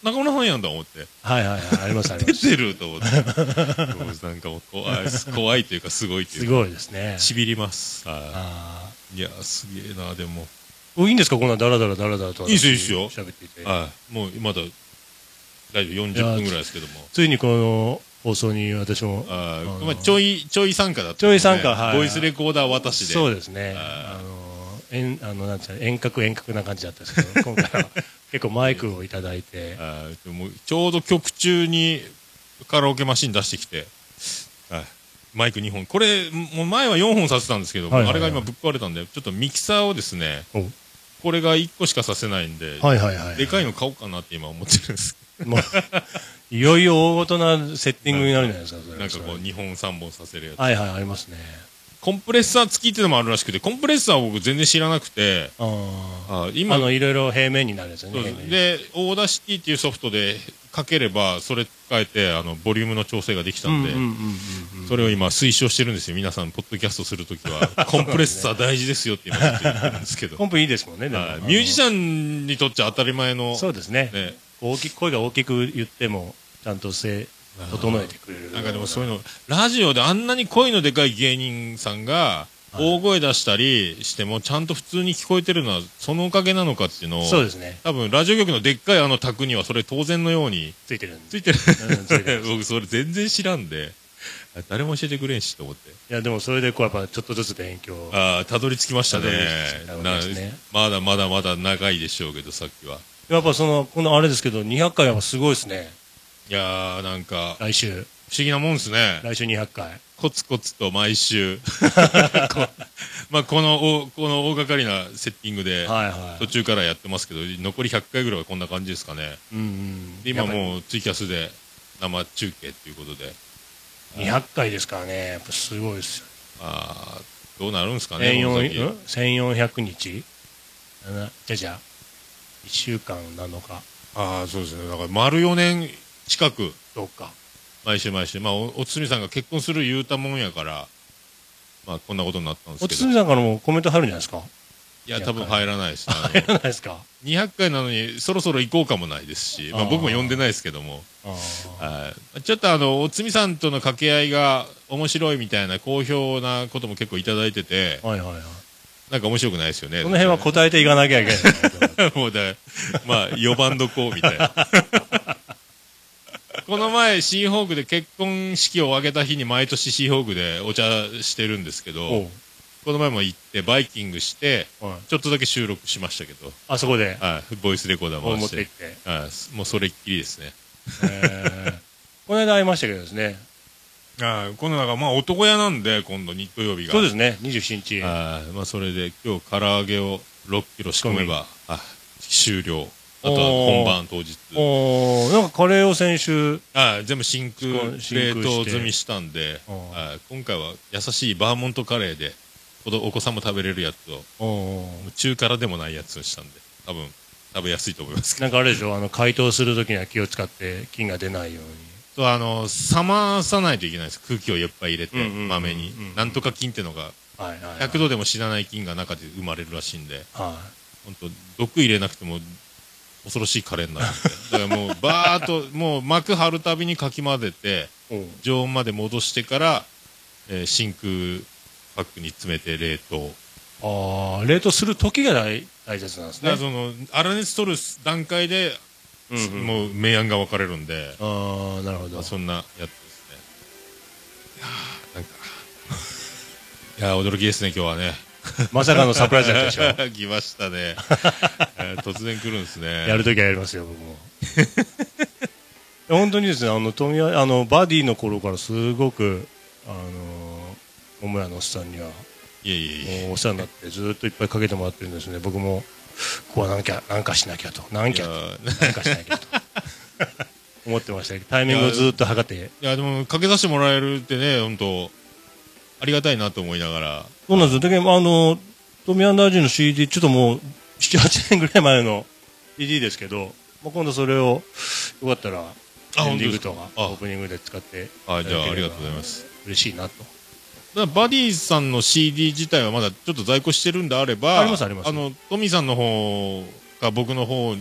中村さんやんと思って。 はいはいはい、ありますあります。 出てると思って。なんかもう怖い、怖いというかすごいというか。 すごいですね。 しびります。あいや、すげえな、でも。 いいんですかこんなダラダラダラダラと。 いいですよ、いいですよ。 喋っていて。 はい。もうまだ、大丈夫、よんじゅっぷんぐらいですけども。 ついにこの放送に私も。 ああ、まあ、ちょい、ちょい参加だった、ね。 ちょい参加、はい。 ボイスレコーダー渡しで。 そうですね。あの、遠、あの、なんていうの、遠隔遠隔な感じだったんですけど、今回は結構マイクをいただいて。 あでもちょうど曲中にカラオケマシン出してきて、はい。マイクにほん。これ、もう前はよんほんさせたんですけど、はいはいはい、あれが今ぶっ壊れたんで、ちょっとミキサーをですね、これがいっこしかさせないんで、はいはいはいはい、でかいの買おうかなって今思ってるんです。もういよいよ大ごとなセッティングになるんじゃないですか、それ。 なんかこうにほんさんぼんさせるやつ。 はいはい、ありますね。 コンプレッサー付きっていうのもあるらしくて、コンプレッサーは僕全然知らなくて、ああ今あのいろいろ平面になるやつね。 で、オーダーシティっていうソフトでかければ、それ変えて、あの、ボリュームの調整ができたんで、それを今推奨してるんですよ。皆さん、ポッドキャストするときは、コンプレッサー大事ですよって今言ってるんですけど。 コンプいいですもんね、でも。 ミュージシャンにとっちゃ当たり前の。 そうですね。ね大き声が大きく言っても、ちゃんとせ整えてくれる。 なんかでもそういうの、ラジオであんなに声のでかい芸人さんが、大声出したりしてもちゃんと普通に聞こえてるのはそのおかげなのかっていうのを、 そうですね、 多分ラジオ局のでっかいあの卓にはそれ当然のようについてるついてる僕それ全然知らんで誰も教えてくれんしと思って。 いやでもそれでこうやっぱちょっとずつ勉強、 ああたどり着きましたね。まだまだまだ長いでしょうけど、さっきはやっぱそのこのあれですけどにひゃっかいはすごいですね。 いやーなんか来週不思議なもんですね。 来週にひゃっかいコツコツと毎週こ, まあこのこの大掛かりなセッティングで途中からやってますけど、残りひゃっかいぐらいはこんな感じですかね。うん、うん、今もうツイキャスで生中継ということでにひゃっかいですからね。やっぱすごいですよ。 ああどうなるんですかね。 せんよんひゃくにちじゃじゃいっしゅうかんなのか。 ああそうですね。だから丸よねん近くどうか毎週毎週、まあ、お, おつみさんが結婚する言うたもんやから、まあ、こんなことになったんですけど。 おつみさんからもコメント入るんじゃないですか。 いや、多分入らないです。 入らないですか。 にひゃっかいなのに、そろそろ行こうかもないですし、まあ、僕も呼んでないですけども。あちょっとあの、おつみさんとの掛け合いが面白いみたいな好評なことも結構いただいてて、はいはいはい。なんか面白くないですよね。 その辺は答えていかなきゃいけない。 もうだ、まあ、よばんどこうみたいな。この前シーホークで結婚式を挙げた日に毎年シーホークでお茶してるんですけど、この前も行ってバイキングして、はい、ちょっとだけ収録しましたけど、 あそこで、 はい、ボイスレコーダー回して、 ってってはい、もうそれっきりですね。 えー、この間会いましたけどですね。 あこのなんかまあ男屋なんで今度日土曜日がそうですねにじゅうしちにち、 あまあそれで今日唐揚げをろっキロ仕込めばあ終了。あとは本番当日。 おなんかカレーを先週あ全部真空冷凍済みしたんで、あ今回は優しいバーモントカレーでお子さんも食べれるやつを中辛でもないやつをしたんで多分食べやすいと思いますけど。 なんかあれでしょ、あの解凍するときには気を使って菌が出ないように。 そうあの冷まさないといけないです。空気をいっぱい入れてまめになんとか菌っていうのがひゃくどでも死なない菌が中で生まれるらしいんで、本当毒入れなくても恐ろしいカレーになるんで、だからもうバーっともう膜張るたびにかき混ぜて常温まで戻してから、えー、真空パックに詰めて冷凍。 ああ冷凍する時が 大, 大切なんですね。 だからその粗熱取る段階で、うんうん、もう明暗が分かれるんで。 ああなるほど。 そんなやつですね。いやーなんかいやー驚きですね今日はね。 まさかのサプライズだったでしょ。 来ましたね。突然来るんですね。 やるときはやりますよ僕も。本当にですね、あの富谷あのバディの頃からすごくあの桃屋のおっさんにはいえいえいえお世話になってずっといっぱいかけてもらってるんですね。僕もここはなんかなんかしなきゃとなんかなんかしなきゃと思ってましたけど、タイミングをずっと測って。いやでもかけさせてもらえるってね本当ありがたいなと思いながら。 そうなんですよ。だけどあのトミアンダージの シーディー ちょっともうななはちねんぐらい前の シーディー ですけど、まあ、今度それをよかったらエンディングとかオープニングで使ってあじゃあありがとうございます。 嬉しいなと。 だからバディさんの シーディー 自体はまだちょっと在庫してるんであれば、 ありますあります。 あのトミーさんの方か僕の方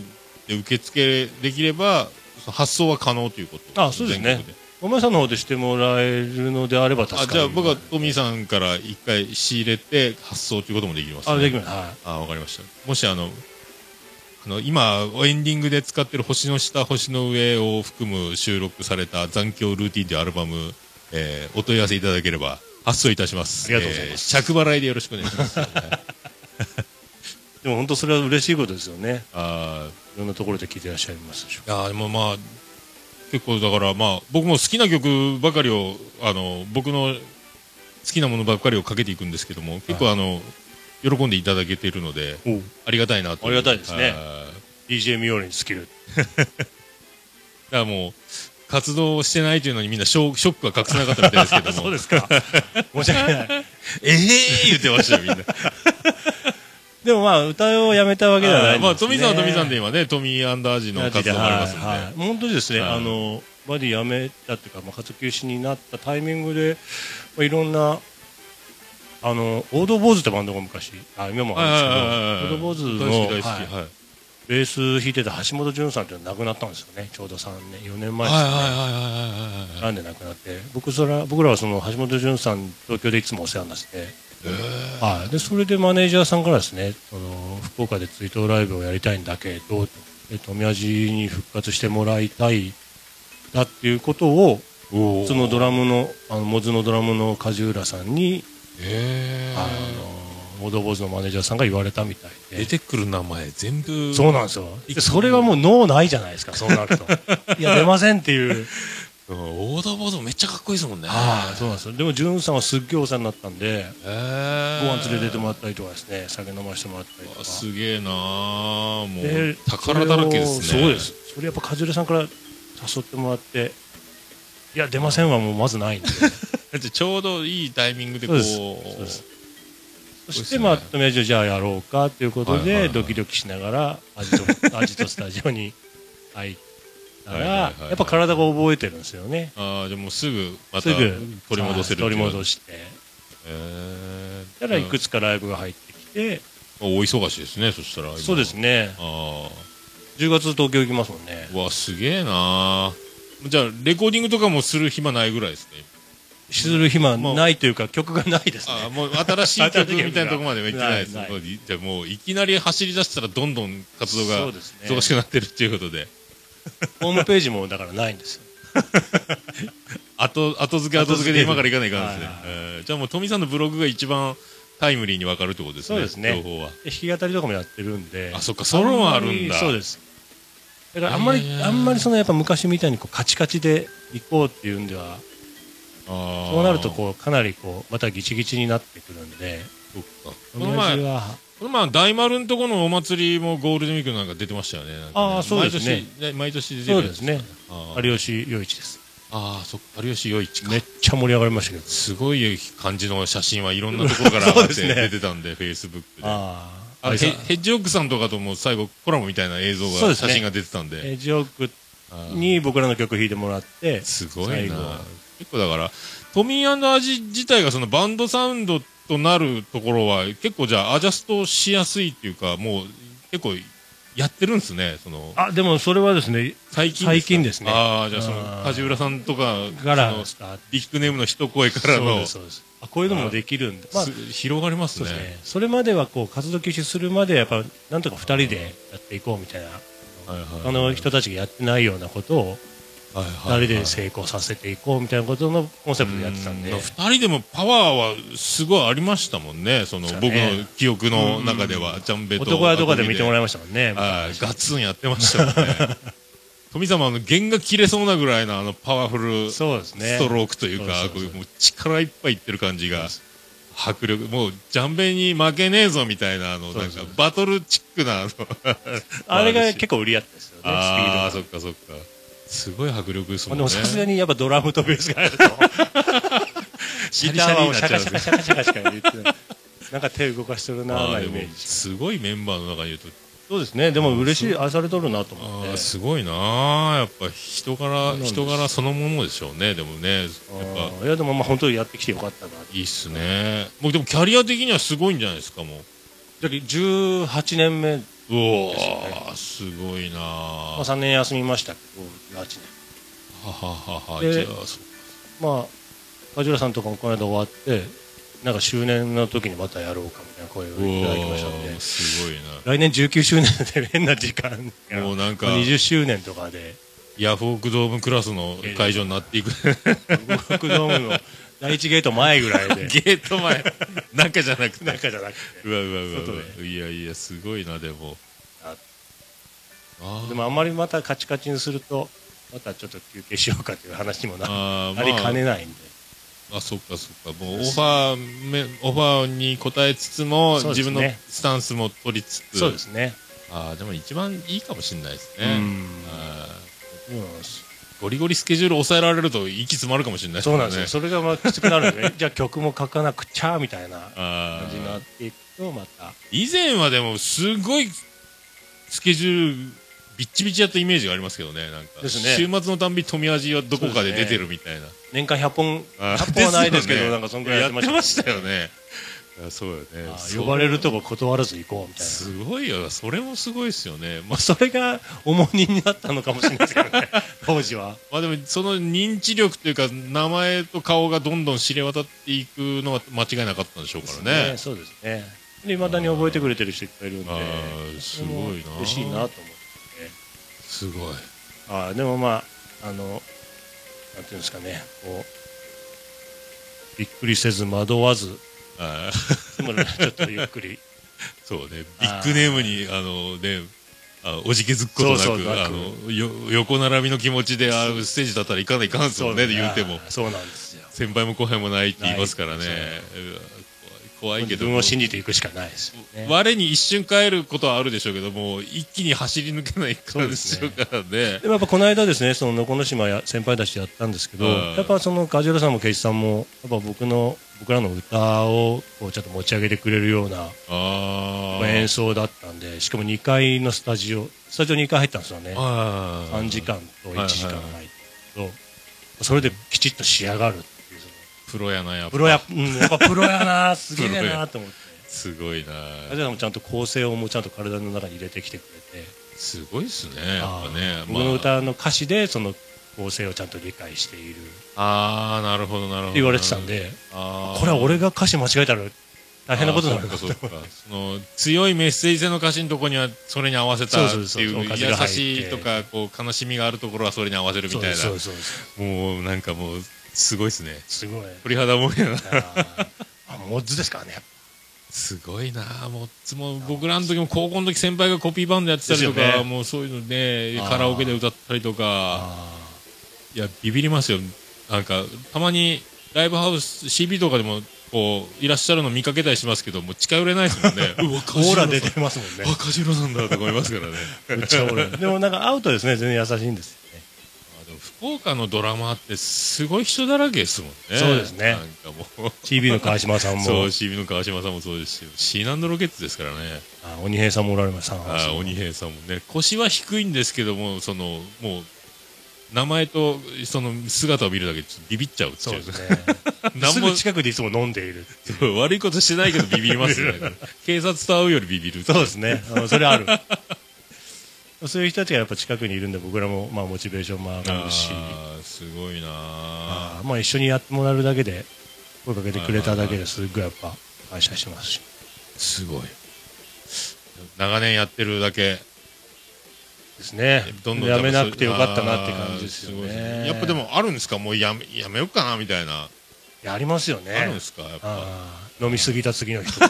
で受付できれば発送は可能ということ。 あ、そうですね。お前さんの方でしてもらえるのであれば助かる。 あ、じゃあ僕はトミーさんから一回仕入れて発送ということもできます、ね。 あ、できます。はい。 あ、わかりました。もしあのあの今エンディングで使ってる星の下星の上を含む収録された残響ルーティンというアルバム、えー、お問い合わせいただければ発送いたします。 ありがとうございます。 えー、着払いでよろしくお願いします。 でも本当それは嬉しいことですよね。 あ、 いろんなところで聞いてらっしゃいますでしょう。 いやでもまあ結構だからまあ僕も好きな曲ばかりをあの僕の好きなものばかりをかけていくんですけども、結構あの喜んでいただけているのでありがたいなと。 ありがたいですね。ディージェー ミオールにスキル。 だからもう活動してないというのにみんなショショックは隠せなかったみたいですけども。 そうですか。申し訳ない。 ええー、言ってましたよみんな。 でもまあ歌をやめたわけではないんですね。 まあ富さんは富さんで今ね、トミーアンダージの活動もありますんで、はいはい、 本当にですね、はい、あのバディやめたっていうか、まあ、活動休止になったタイミングで、まあ、いろんなあのオードボーズってバンドが昔、あ今もあるんですけど、オードボーズの大好き大好き、はいはい、ベース弾いてた橋本淳さんっていうのが亡くなったんですよね。ちょうどさんねんよねんまえですね。なんで亡くなって、僕それは僕らはその橋本淳さん東京でいつもお世話になってて。はい、でそれでマネージャーさんからですね、その福岡で追悼ライブをやりたいんだけど、富谷寺に復活してもらいたいだっていうことを、そのドラムのあのモズのドラムの梶浦さんに、あのモードボーズのマネージャーさんが言われたみたいで。 出てくる名前全部そうなんですよ。でそれはもう脳ないじゃないですか、そうなると。いや出ませんっていう。 オーダーボードめっちゃかっこいいですもんね。 ああ、そうなんですよ。でも潤さんはすっげえお世話になったんで、ご飯連れてってもらったりとかですね、酒飲ましてもらったりとか。 すげえなー、もう宝だらけですね。 そうです。それやっぱ梶浦さんから誘ってもらって、いや出ませんはもうまずないんで。 ちょうどいいタイミングでこう。 そうです。そしてまあ富谷寺じゃあやろうかということでドキドキしながらアジトアジトスタジオに入って。だからやっぱ体が覚えてるんですよね。 ああ、じゃあもうすぐまた取り戻せる。 取り戻して。ええ。たらいくつかライブが入ってきて。 お忙しいですね。そしたら。 そうですね。ああ。じゅうがつ東京行きますもんね。 わ、すげえな。じゃあレコーディングとかもする暇ないぐらいですね。 する暇ないというか曲がないですね。 ああ、もう新しい曲みたいなところまでは行ってないです。じゃあもういきなり走り出したらどんどん活動が忙しくなってるっていうことで。 ホームページもだからないんですよ。 後後付け後付けで今から行かないかんですね。えー、じゃあもう富さんのブログが一番タイムリーに分かるってことですね。 そうですね。 情報は。 弾き語りとかもやってるんで。 あ、そっか、ソロもあるんだ。 そうです。だからあんまりあんまりそのやっぱ昔みたいにこうカチカチで行こうっていうんでは、あそうなるとこうかなりこうまたギチギチになってくるんで。 そっか。この前は。この前大丸のところのお祭りもゴールデンウィークなんか出てましたよね。 ああ、そうですね。 毎年出てる。 そうですね。有吉陽一です。 ああ、そっか、有吉陽一か。 めっちゃ盛り上がりましたけど。 すごい感じの写真はいろんなところから上がって出てたんで、フェイスブックで。ああ。ヘッジホッグさんとかとも最後コラボみたいな映像が、写真が出てたんで。 ヘッジホッグに僕らの曲弾いてもらって。 すごいな。結構だから、トミー&アジ自体がそのバンドサウンドとなるところは結構じゃあアジャストしやすいっていうか、もう結構やってるんですね。そのあでもそれはですね最近最近ですね。 ああ、じゃあその梶浦さんとかからビッグネームの一声からのあこういうのもできるんで、 まあ、広がりますね。 そ, ねそれまではこう活動休止するまでやっぱなんとかふたりでやっていこうみたいな、あの人たちがやってないようなことをふたりで成功させていこうみたいなことのコンセプトでやってたんで、 ふたりでもパワーはすごいありましたもんね。その僕の記憶の中ではジャンベと男屋とかで見てもらいましたもんね。 ガツンやってましたもんね。富様の弦が切れそうなぐらいのあのパワフルストロークというか、こういうもう力いっぱいいってる感じが迫力、もうジャンベに負けねえぞみたいなあのなんかバトルチックなあのあれが結構売りやったんですよね。 ああ、そっかそっか。すごい迫力ですもんね。 でもさすがにやっぱドラムとベースがあるとギターはシャカシャカシャカシャカしか言ってない。なんか手動かしてるなーなイメージ。 すごいメンバーの中にいると。 そうですね。でも嬉しい、愛されとるなと思って。 すごいなー。やっぱ人柄人柄そのものでしょうね。でもね、やっぱいやでもまあ本当にやってきてよかったな。 いいっすね。僕でもキャリア的にはすごいんじゃないですかもう。 じゅうはちねんめうおー、すごいなー、 まあ、さんねん休みましたけど、はちねん。 はははは。 でじゃあそまあ、梶浦さんとかもこの間終わって、なんか周年の時にまたやろうかみたいな声をいただきましたので、 すごいな。 来年じゅうきゅうしゅうねんで変な時間が、 もうなんかにじゅっしゅうねんとかで、 ヤフオクドームクラスの会場になっていく。 ヤフオクドームのだいいちゲート前ぐらいで、 ゲート前、中じゃなくて。 中じゃなくて、 うわうわうわうわ外。 いやいや、すごいな、でも。 ああでもあんまりまたカチカチにすると、またちょっと休憩しようかという話にもなあー、 なりかねないんで。 あ、そっかそっか。もうオファーめ、オファーに応えつつも、 そうですね自分のスタンスも取りつつ。 そうですね。 ああ、でも一番いいかもしれないですね。 うんあうんーゴリゴリスケジュール抑えられると息詰まるかもしれないそうなんですよ。 ね。 それがまあきつくなるんで、ね、じゃあ曲も書かなくちゃみたいなあ感じになっーていくと、また。 以前はでもすごいスケジュールビッチビチやったイメージがありますけどね。なんかですね週末のたんび富味はどこかで出てるみたいな。 年間ひゃっぽん、ひあーゃっぽんはないですけど、 よねなんかそんぐらいやってまやってまししたたよね。いやそうよねあ。ーそう呼ばれるとこ断らず行こうみたいな。 すごいよ。それもすごいですよね。まあ、 それが重荷になったのかもしれないですけどね、当時は。 まあでもその認知力というか名前と顔がどんどん知れ渡っていくのは間違いなかったんでしょうからね。 そうですね。で、未だに覚えてくれてる人いっぱいいるんで、 あーすごいな。 それも嬉しいなと思って。 すごい。 あーでもまあ、あの、なんていうんですかね、こう、びっくりせず惑わず、 あでもねちょっとゆっくり。 そうね。ビッグネームにあのね。あおじけづくことなく、 そうそうなくあのよ横並びの気持ちであステージだったらいかないかんですもんね、言うてもそうなんですよ。 先輩も後輩もないって言いますからね。 ないうわ怖い怖いけど自分を信じていくしかないですよね。 我に一瞬帰ることはあるでしょうけども一気に走り抜けないからでしょうからね。 でもやっぱこの間ですね、そののこの島や先輩たちやったんですけど、 うんやっぱその梶原さんも圭一さんもやっぱ僕の僕らの歌をこうちょっと持ち上げてくれるようなあー演奏だったんで、しかもにかいのスタジオスタジオにかい入ったんですよね。 あーさんじかんといちじかん入はいはいってけど、それできちっと仕上がるっていうそのプロやなやっぱプロや、うん、やっぱプロやなすげえなと思って。 すごいな。 梶原さんもちゃんと構成をもちゃんと体の中に入れてきてくれて、 すごいっすねやっぱね。 僕の歌の歌詞でその構成をちゃんと理解しているってああなるほどなるほど言われてたんで、 あーこれは俺が歌詞間違えたら大変なことになるあーそうかそうかその強いメッセージ性の歌詞のところにはそれに合わせたってそうそうそういう歌詞が入って優しいとかこう悲しみがあるところはそれに合わせるみたいなそうですそうですもうなんかもうすごいですね。 すごい鳥肌もんやな。 あーあモッズですからね。 すごいなもういつも僕らの時も高校の時先輩がコピーバンドやってたりとか、 ですよねもうそういうのねあーカラオケで歌ったりとかあいやビビりますよ。なんかたまにライブハウス シーピー とかでもこういらっしゃるの見かけたりしますけどもう近寄れないですもんね。うわーオーラ出てますもんね。 あ梶浦さんだと思いますからね。 めっちゃオーラ。でもなんかアウトですね、全然優しいんですよね。 あでも福岡のドラマってすごい人だらけですもんね。 そうですねなんかもうシービー の川島さんも、 そう シービー の川島さんもそうですしシーナンドロケッツですからね。 あ鬼平さんもおられました。 あ鬼平さんもね腰は低いんですけどもそのもう名前とその姿を見るだけでちょっとビビっちゃうっていうそうですね。 なんもすぐ近くでいつも飲んでいる。 そう悪いことしてないけどビビりますよね。警察と会うよりビビる。 そうですね。あのそれある。そういう人たちがやっぱ近くにいるんで僕らもまあモチベーションも上がるし、 あーすごいなあーまあ一緒にやってもらえるだけで声かけてくれただけですっごいやっぱ感謝してますし。 すごい長年やってるだけですね。 どんどんやめなくてよかったなって感じですよあーごいね。 やっぱでもあるんですかもうやめやめようかなみたいな、 やりますよね。 あるんですかやっぱあー飲みすぎた次の日とか。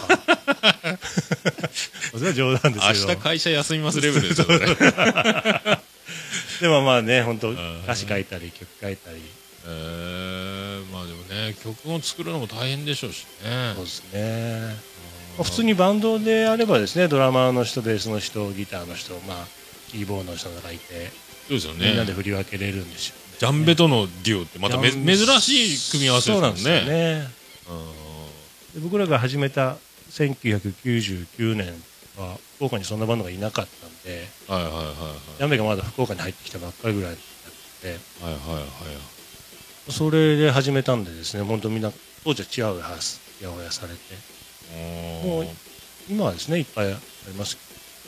それは冗談ですけど。 明日会社休みますレベルですよね。 でもまあね本当ー歌詞書いたり曲書いたり。 えー、まあでもね曲を作るのも大変でしょうしね。 そうですね。まあ普通にバンドであればですねドラマーの人ベースの人ギターの人まあキーボードの人がいてそうですよね。 みんなで振り分けれるんでしょうね。 ジャンベとのデュオってまためジャン珍しい組み合わせですもんね。 そうなんですよね。 うんで僕らが始めたせんきゅうひゃくきゅうじゅうきゅうねんは福岡にそんなバンドがいなかったんで、 はいはいはいはいジャンベがまだ福岡に入ってきたばっかりぐらいだってはいはいはいそれで始めたんでですね本当みんな当時はチヤホヤすやほやされてはい。 もう今はですねいっぱいありますけ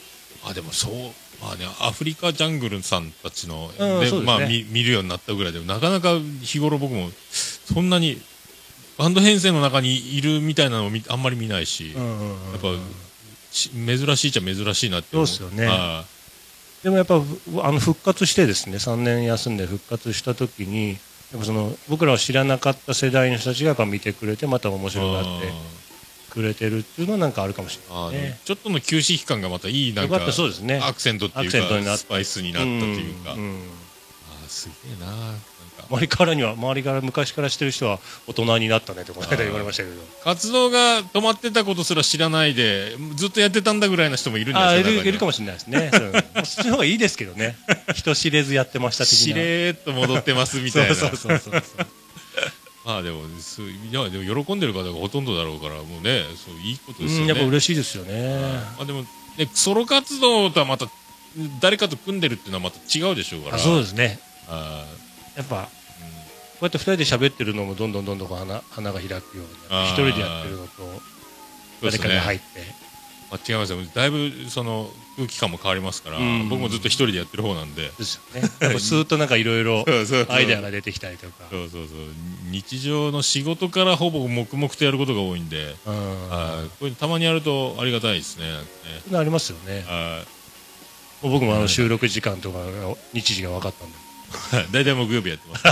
あでもそうまあねアフリカジャングルさんたちの、 うんでそうですねまあ見見るようになったぐらいでなかなか日頃僕もそんなにバンド編成の中にいるみたいなのをみあんまり見ないし、 うんうんうんうん、 やっぱし珍しいっちゃ珍しいなって思う。 そうですよねあでもやっぱあの復活してですねさんねん休んで復活した時にやっぱその僕らを知らなかった世代の人たちがやっぱ見てくれてまた面白がってくれてるっていうのはなんかあるかもしれないね。 ちょっとの休止期間がまたいいなんかよかったそうですねアクセントっていうアクセントになっかスパイスになったというか、 うんうんあーすげえななんか周りからには周りから昔からしてる人は大人になったねってこの間言われましたけど活動が止まってたことすら知らないでずっとやってたんだぐらいの人もいるんじゃあないですか。 いるいるかもしれないですねうんそっちの方がいいですけどね人知れずやってました的なしれーっと戻ってますみたいなそうそうそうそうまあでもすいやでも喜んでる方がほとんどだろうからもうねそういいことですよね。 うんやっぱ嬉しいですよね。 まあでもねソロ活動とはまた誰かと組んでるっていうのはまた違うでしょうから。 あそうですね。 あやっぱこうやってふたりで喋ってるのもどんどんどんどん花花が開くようにあー一人でやってるのとそうですね誰かが入ってまあ、違いますよだいぶその空気感も変わりますから、 うん僕もずっと一人でやってる方なんでですよね。やっぱスーッとなんかいろいろそうそうそうアイデアが出てきたりとか。 そうそうそう日常の仕事からほぼ黙々とやることが多いんで、 うんあーこういうのたまにやるとありがたいですね。なんかねそういうのありますよね。 あもう僕もあの収録時間とかが日時が分かったんで。 ーだいたい木曜日やってます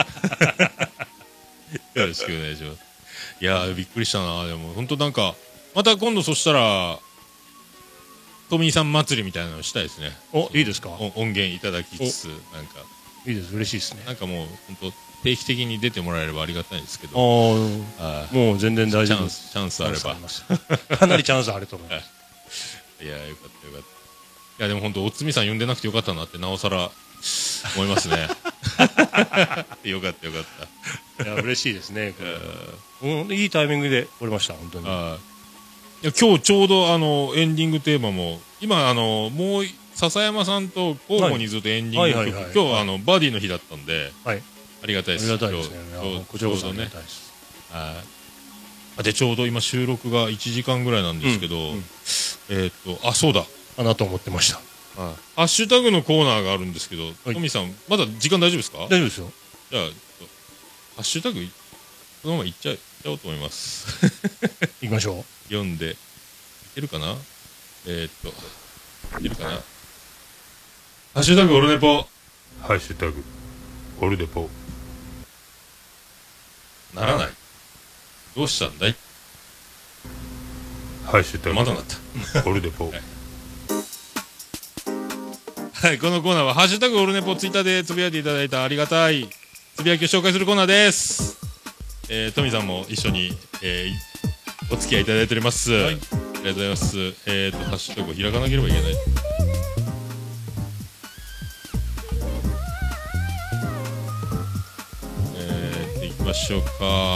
よろしくお願いします。いやーびっくりしたな。でも本当なんかまた今度そしたらトミーさん祭りみたいなのしたいですね。 おいいですか。 お音源いただきつつなんかいいです嬉しいですね。 なんかもう本当定期的に出てもらえればありがたいんですけど、 あああもう全然大チャン丈夫です。 スチャンスあればチャンスありますかなりチャンスあると思います。 いやよかったよかった。いやでも本当おつみさん呼んでなくてよかったなってなおさら思いますね。よかったよかった。 いや嬉しいですね。これうんいいタイミングで来れました本当に。 あいや今日ちょうどあのエンディングテーマも今あのもう笹山さんと交互にずっとエンディング曲、 はいはいはいはい今日はあのバディの日だったんで、 はいありがたいです。 ありがたいですね。 今日いやこちらこそありがちょうどねたいです。 あでちょうど今収録がいちじかんぐらいなんですけど、 うんうんえーっとあそうだかなと思ってました。 ハッシュタグのコーナーがあるんですけど、トミーさんまだ時間大丈夫ですか？ 大丈夫ですよ。 じゃあちょっとハッシュタグそのままいっちゃいっちゃおうと思います。 行きましょう。 読んでいけるかな？えー、っといけるかな？ハッシュタグオルネポハッシュタグオルネポならない。どうしたんだい？ハッシュタグまだなったオルネポはいはい、このコーナーはハッシュタグオルネポツイッターでつぶやいていただいたありがたいつぶやきを紹介するコーナーです。えー、トミーさんも一緒に、えー、お付き合いいただいております、はい、ありがとうございます。えーとハッシュタグを開かなければいけない。えー、いきましょうか。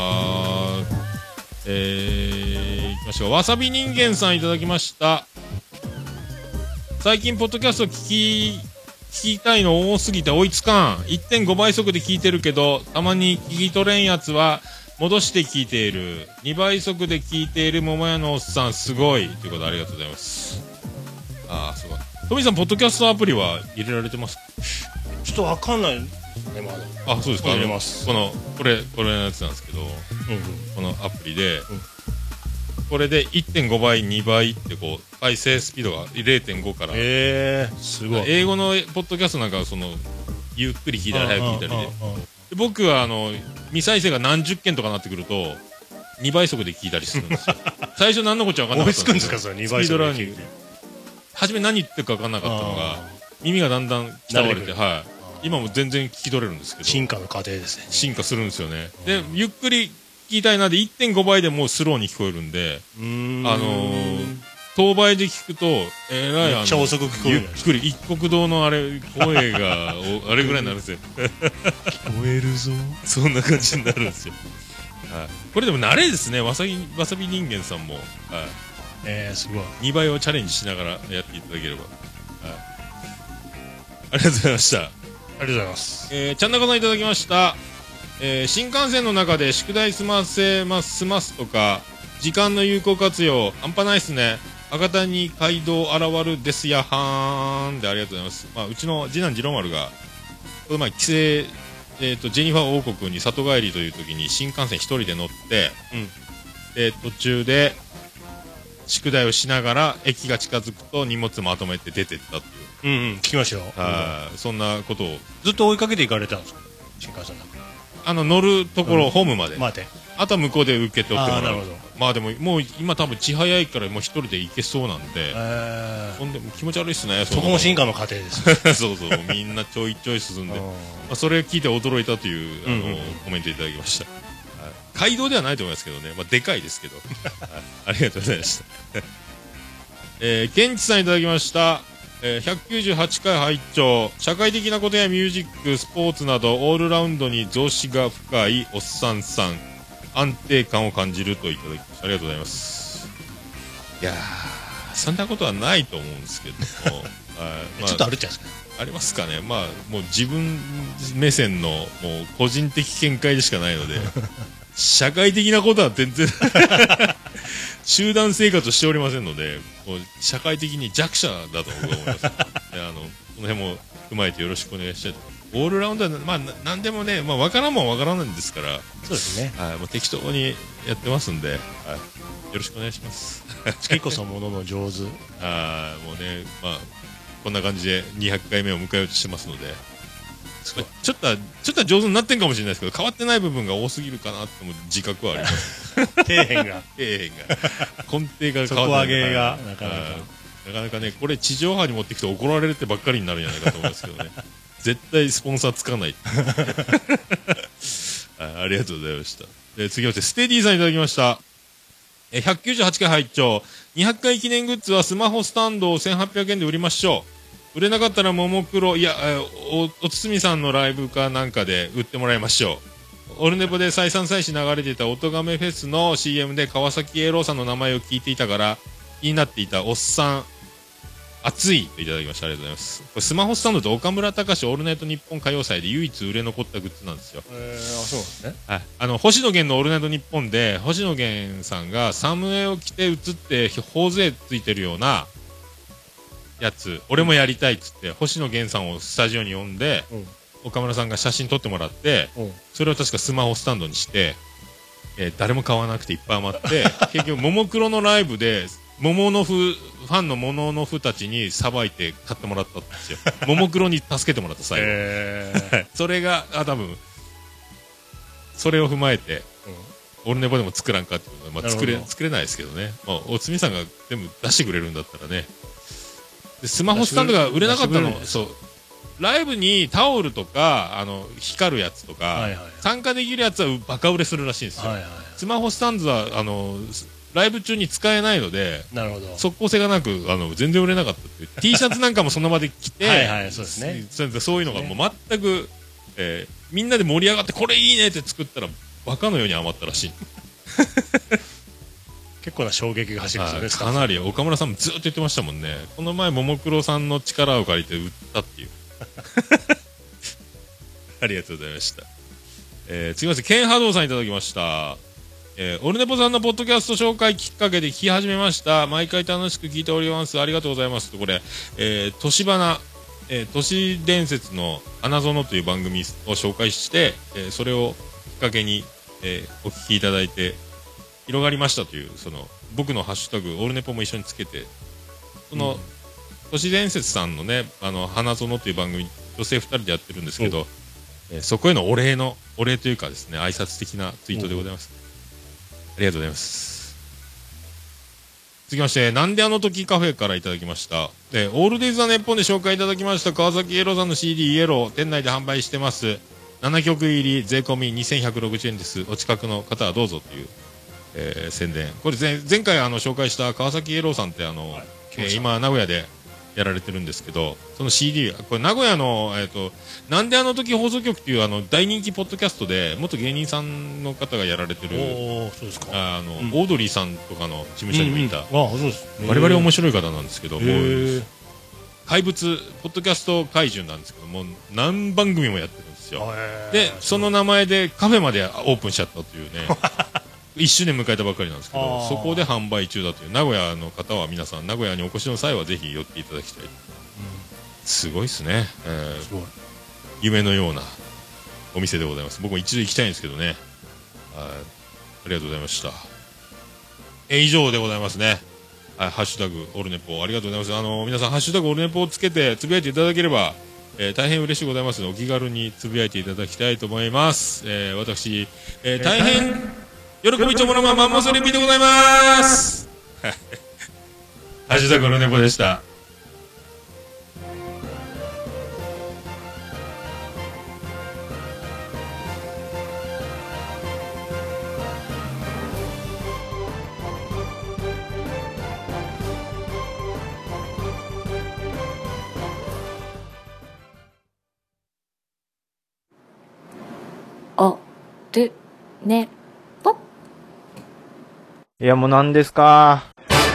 えー、いきましょう。わさび人間さんいただきました。最近ポッドキャスト聞き聞きたいの多すぎて追いつかん。 いってんご 倍速で聞いてるけどたまに聞き取れんやつは戻して聞いている。にばい速で聞いている桃屋のおっさんすごいということでありがとうございます。ああそうか。トミーさんポッドキャストアプリは入れられてますか？ ちょっとわかんないねまだ。 あそうですか。 入れます。 このこれこれのやつなんですけど、 うんうん、 このアプリで、うんこれで いってんご 倍にばいってこう再生スピードが れいてんご から、 えー、すごい。 英語のポッドキャストなんかはそのゆっくり聞いたり早く聞いたりで、で僕はあの未再生が何十件とかなってくるとにばい速で聞いたりするんですよ。最初何のこっちゃ分かんなかったんですけど、 追いつくんですかそれにばい速で聞いて。 初め何言ってるか分かんなかったのが耳がだんだん鍛われて、はい、今も全然聞き取れるんですけど、 進化の過程ですね。 進化するんですよね。でゆっくり聞きたいなで いってんご 倍でもうスローに聞こえるんで、 うーんあのー、当倍で聞くとえらいめっちゃ遅く聞こえるゆっくり一国堂のあれ声がおあれぐらいになるんですよ。 聞こえるぞ。 そんな感じになるんですよ。はい、これでも慣れですね。わさびわさび人間さんも、はい、 えー、すごい。 にばいをチャレンジしながらやっていただければ、はい、ありがとうございました。 ありがとうございます。 えー、ちゃんなかさんいただきました。えー、新幹線の中で宿題済ませます済ますとか時間の有効活用半端ないっすね。 博多に街道現るですやはーんでありがとうございます。まあ、うちの次男次郎丸がこの前帰省、えー、とジェニファー王国に里帰りという時に新幹線一人で乗って、うん、で途中で宿題をしながら駅が近づくと荷物まとめて出てったっていう。 うんうん、聞きましたよ。 あ、うん、そんなことをずっと追いかけていかれたんですか、新幹線だあの乗るところ、うん、ホームまで、 待て、あとは向こうで受け取ってもらう。 なるほど。 まあでももう今多分千早いからもう一人で行けそうなんで、 えー、 そんで気持ち悪いっすね。 そこも進化の過程です。 そうそう、みんなちょいちょい進んで、まあ、それを聞いて驚いたというあの、うんうん、コメントいただきました。街道ではないと思いますけどね、まあ、でかいですけどありがとうございましたえー、ケンチさんいただきました。えー、ひゃくきゅうじゅうはちかい拝聴。社会的なことやミュージック、スポーツなどオールラウンドに増資が深いおっさんさん、安定感を感じるといただきました。ありがとうございます。いやー、そんなことはないと思うんですけどもあ、まあ、 ちょっとあるっちゃうんですか、 ありますかね。まあもう自分目線のもう個人的見解でしかないので社会的なことは全然集団生活をしておりませんので、もう社会的に弱者だと僕は思います。あのこの辺も踏まえてよろしくお願いしたいと。オールラウンドは、まあ、なんでもね、まあ、分からんもん分からないんですから、 そうですね、 はい、もう適当にやってますんで、はい、よろしくお願いします。 月こそものの上手あもうね、まあ、こんな感じでにひゃっかいめを迎えようとしてますので、ちょっとちょっとはちょっとは上手になってんかもしれないですけど、変わってない部分が多すぎるかなっても自覚はあります。 底辺が底辺が根底が底上げがなかなかなかなかね、これ地上波に持ってきて怒られるってばっかりになるんじゃないかと思いますけどね絶対スポンサーつかないあ, ありがとうございました。で次ましてステディさんいただきました。えひゃくきゅうじゅうはちかい拝聴。にひゃっかい記念グッズはスマホスタンドをせんはっぴゃくえんで売りましょう。売れなかったらももクロ、いやおおつつみさんのライブかなんかで売ってもらいましょう。オルネポで再三再四流れていた音亀フェスの シーエム で川崎栄郎さんの名前を聞いていたから気になっていたおっさん熱いといただきました。ありがとうございます。これスマホスタンドと岡村隆史オールナイトニッポン歌謡祭で唯一売れ残ったグッズなんですよ。 えー、あ、そうなんですね。 はい、あの星野源のオールナイトニッポンで星野源さんがサムネを着て写って頬杖ついてるようなやつ、俺もやりたいっつって星野源さんをスタジオに呼んで、うん、岡村さんが写真撮ってもらって、うん、それを確かスマホスタンドにして、えー、誰も買わなくていっぱい余って結局ももクロのライブで桃のフファンのモノノフたちにさばいて買ってもらったんですよ。ももクロに助けてもらった最後、えー、それがあ多分それを踏まえて、うん、オルネポでも作らんかっていうのは、まあ、作れ作れないですけどね、まあ、おつみさんが全部出してくれるんだったらね。でスマホスタンドが売れなかったの、そうライブにタオルとかあの光るやつとか、はいはい、参加できるやつはバカ売れするらしいんですよ、はいはい、スマホスタンドはあのライブ中に使えないので、なるほど、即効性がなくあの全然売れなかったっていうT シャツなんかもその場で着てはい、はい、そうですね、そういうのがもう全く、えー、みんなで盛り上がってこれいいねって作ったらバカのように余ったらしい結構な衝撃が走るんですよね。 かなり岡村さんもずっと言ってましたもんね。この前ももクロさんの力を借りて売ったっていうありがとうございました。えー、次ましてケンハドーさんいただきました。えー、オルネポさんのポッドキャスト紹介きっかけで聞き始めました。毎回楽しく聞いております。ありがとうございますと。これ、えー、都市花、えー、都市伝説の花園という番組を紹介して、えー、それをきっかけに、えー、お聞きいただいて広がりましたという、その僕のハッシュタグオルネポも一緒につけて、その、うん、都市伝説さんのね、あの花園という番組女性ふたりでやってるんですけど、えー、そこへのお礼のお礼というかですね、挨拶的なツイートでございます。ありがとうございます。続きまして、なんであの時カフェからいただきました。で、オールデイズ・ザ・ネッポンで紹介いただきました川崎イエローさんの シーディー イエロー、店内で販売してます。ななきょく入り税込みにせんひゃくろくじゅうえんです。お近くの方はどうぞという、えー、宣伝。これ前前回あの紹介した川崎イエローさんってあの、はい、えー、今名古屋でやられてるんですけど、その シーディー、これ名古屋の、えーと、なんであの時放送局っていうあの大人気ポッドキャストで元芸人さんの方がやられてる、 おそうですか、 あの、うん、オードリーさんとかの事務所にもいた、 うんうん、あそうです、 バリバリ面白い方なんですけど、もう怪物ポッドキャスト怪獣なんですけども、何番組もやってるんですよ。でその名前でカフェまでオープンしちゃったというねいっしゅうねん迎えたばっかりなんですけど、 あーそこで販売中だという、名古屋の方は皆さん名古屋にお越しの際はぜひ寄っていただきたい、すごいですね、えーすごい。 夢のようなお店でございます。僕も一度行きたいんですけどね。はい、ありがとうございました。え以上でございますね。はい、ハッシュタグオルネポありがとうございます。あの皆さんハッシュタグオルネポをつけてつぶやいていただければ、えー、大変嬉しいございますのでお気軽につぶやいていただきたいと思います。えー、私、えー、大変喜びちょものまマンモスリピーでございます。ハッシュタグオルネポでした。 おるねぽ。 いやもう何ですか。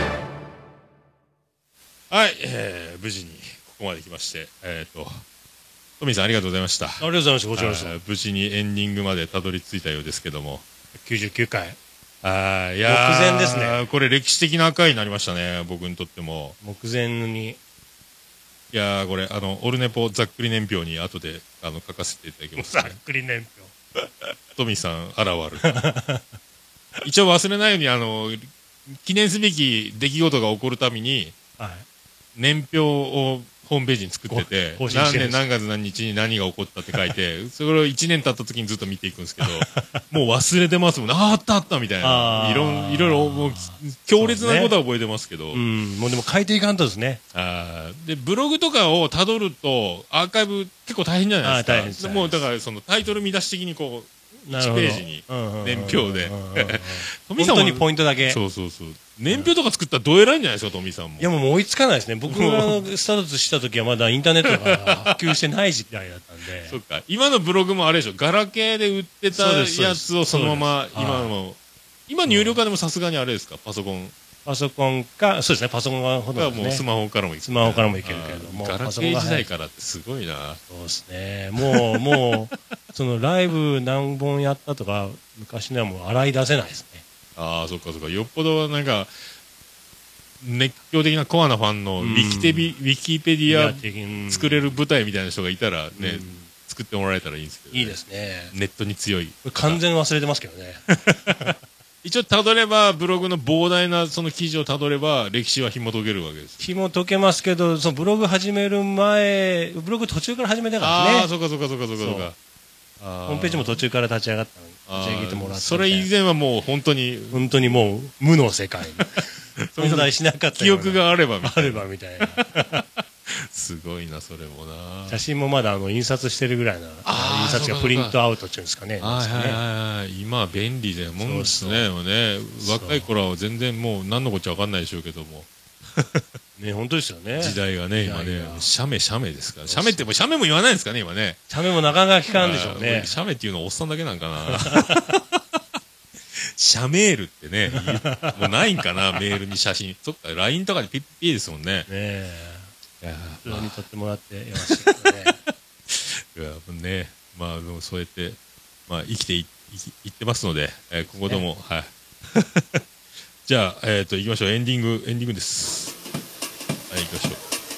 はい、えー、無事にここまで来まして、えっ、ー、とトミーさんありがとうございました。ありがとうございました。こちらこそ無事にエンディングまでたどり着いたようですけども、 きゅうじゅうきゅうかい。 ああ、いや目前ですね。 これ歴史的な回になりましたね、僕にとっても。 目前に。 いやー、これ、あの、オルネポざっくり年表に後で、あの、書かせていただきます、ね。 ざっくり年表。 トミーさん、現る。一応忘れないように、あの、記念すべき出来事が起こるたびに、 はい、 年表をホームページに作ってて、何年何月何日に何が起こったって書いて、それをいちねん経った時にずっと見ていくんですけど、もう忘れてますもん。ああ、あったあったみたいな。いろいろいろ、もう、強烈なことは覚えてますけど。 うね、うん、もうでも書いていかんとですね。 あで、ブログとかを辿ると、アーカイブ結構大変じゃないですか。 大変です。 もうだからそのタイトル見出し的にこう、いちページに年表で。 本当にポイントだけ。 そうそうそう。年表とか作ったらどう偉いんじゃないですか、トミーさんも。 いやもう追いつかないですね。僕がスタートした時はまだインターネットが普及してない時代だったんで。 そっか。今のブログもあれでしょ、ガラケーで売ってたやつをそのまま、今の、今入力化でもさすがにあれですか、パソコン。 パソコンか、そうですね、パソコンがほとんど、ね。 もうスマホからもいける。 スマホからもいけるけれども。 ガラケー時代からってすごいな。 そうですね。もう、もう、そのライブ何本やったとか、昔のはもう洗い出せないですね。 ああ、そっかそっか。よっぽどなんか、熱狂的なコアなファンのウィキテビ、ウィキペディア作れる舞台みたいな人がいたらね、作ってもらえたらいいんですけど、 いいですね。 ネットに強い。 完全忘れてますけどね。 一応たどれば、ブログの膨大なその記事をたどれば、歴史は紐解けるわけです。 紐解けますけど、そのブログ始める前、ブログ途中から始めたからね。 ああ、そっかそっかそっかそっかそっか。 ホームページも途中から立ち上がったのに、立ち上げてもらって。 それ以前はもう本当に、 本当にもう無の世界。存在しなかった記憶があればみたいな。あればみたいな。 すごいな、それもな。 写真もまだあの印刷してるぐらいな、印刷がプリントアウトっていうんですかね。 はいはいはい。今は便利でもんですね。若い頃は全然もう何のこっちゃ分かんないでしょうけども。 ね、本当ですよね。 時代がね、今ね、写メ写メですから。写メっても、写メも言わないんですかね、今ね。 写メもなかなか聞かんでしょうね。 写メっていうのはおっさんだけなんかな。写メールってね、もうないんかな、メールに写真。そっか、ライン とかにピッピーですもんね。ねえ。 いや普通に撮ってもらってよろしいですね。 いや、ね、まあ、でもそうやって、まあ、生きてい、いってますので、えー、今後とも、はい。じゃあ、えっと、行きましょう。エンディング、エンディングです。はい、行きましょ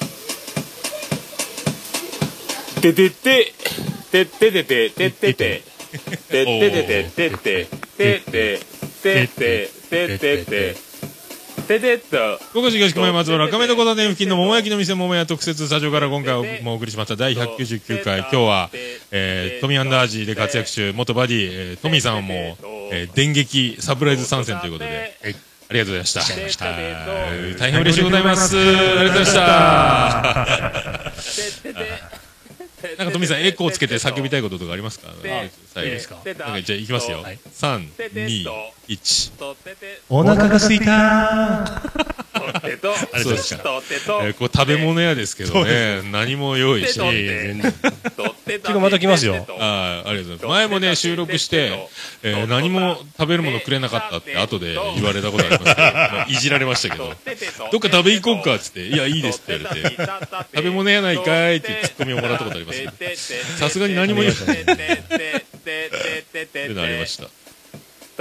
う。ててて、てててて、ててて、てててて、ててて、ててて、てててて、ててっと。福岡市東区前松原亀戸小田店付近の桃焼きの店桃屋特設スタジオから今回もお送りしましただいひゃくきゅうじゅうきゅうかい。今日は、えー、トミー&アージーで活躍中、元バディ、えー、トミーさんも、えー、電撃サプライズ参戦ということで、えーありがとうございました。大変嬉しいございます。ありがとうございました。なんかトミーさんエコーつけて叫びたいこととかありますか？ いいですか？ なんかじゃあいきますよ。さん、に、いち。 お腹が空いた。 そうですか。こう食べ物屋ですけどね、何も用意しない。 結構また来ますよ。 ああ、ありがとうございます。前もね収録して、えー、何も食べるものくれなかったって後で言われたことありますけど、まあ、いじられましたけど、どっか食べ行こうかっつって、いやいいですって言われて、食べ物屋ないかいってツッコミをもらったことありますけど、さすがに何も言わないってのありました。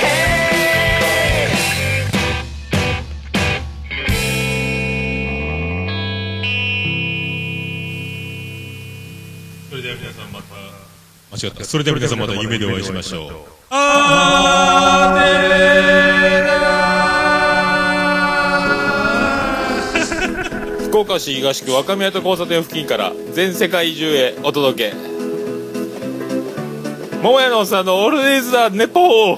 それでは皆さんまた間違ったそれでは皆さんまた夢でお会いしましょう。あー福岡市東区若宮と交差点付近から全世界中へお届け、桃屋のおっさんのオールデイズだネポー。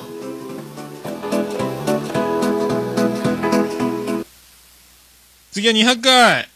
次はにひゃっかい。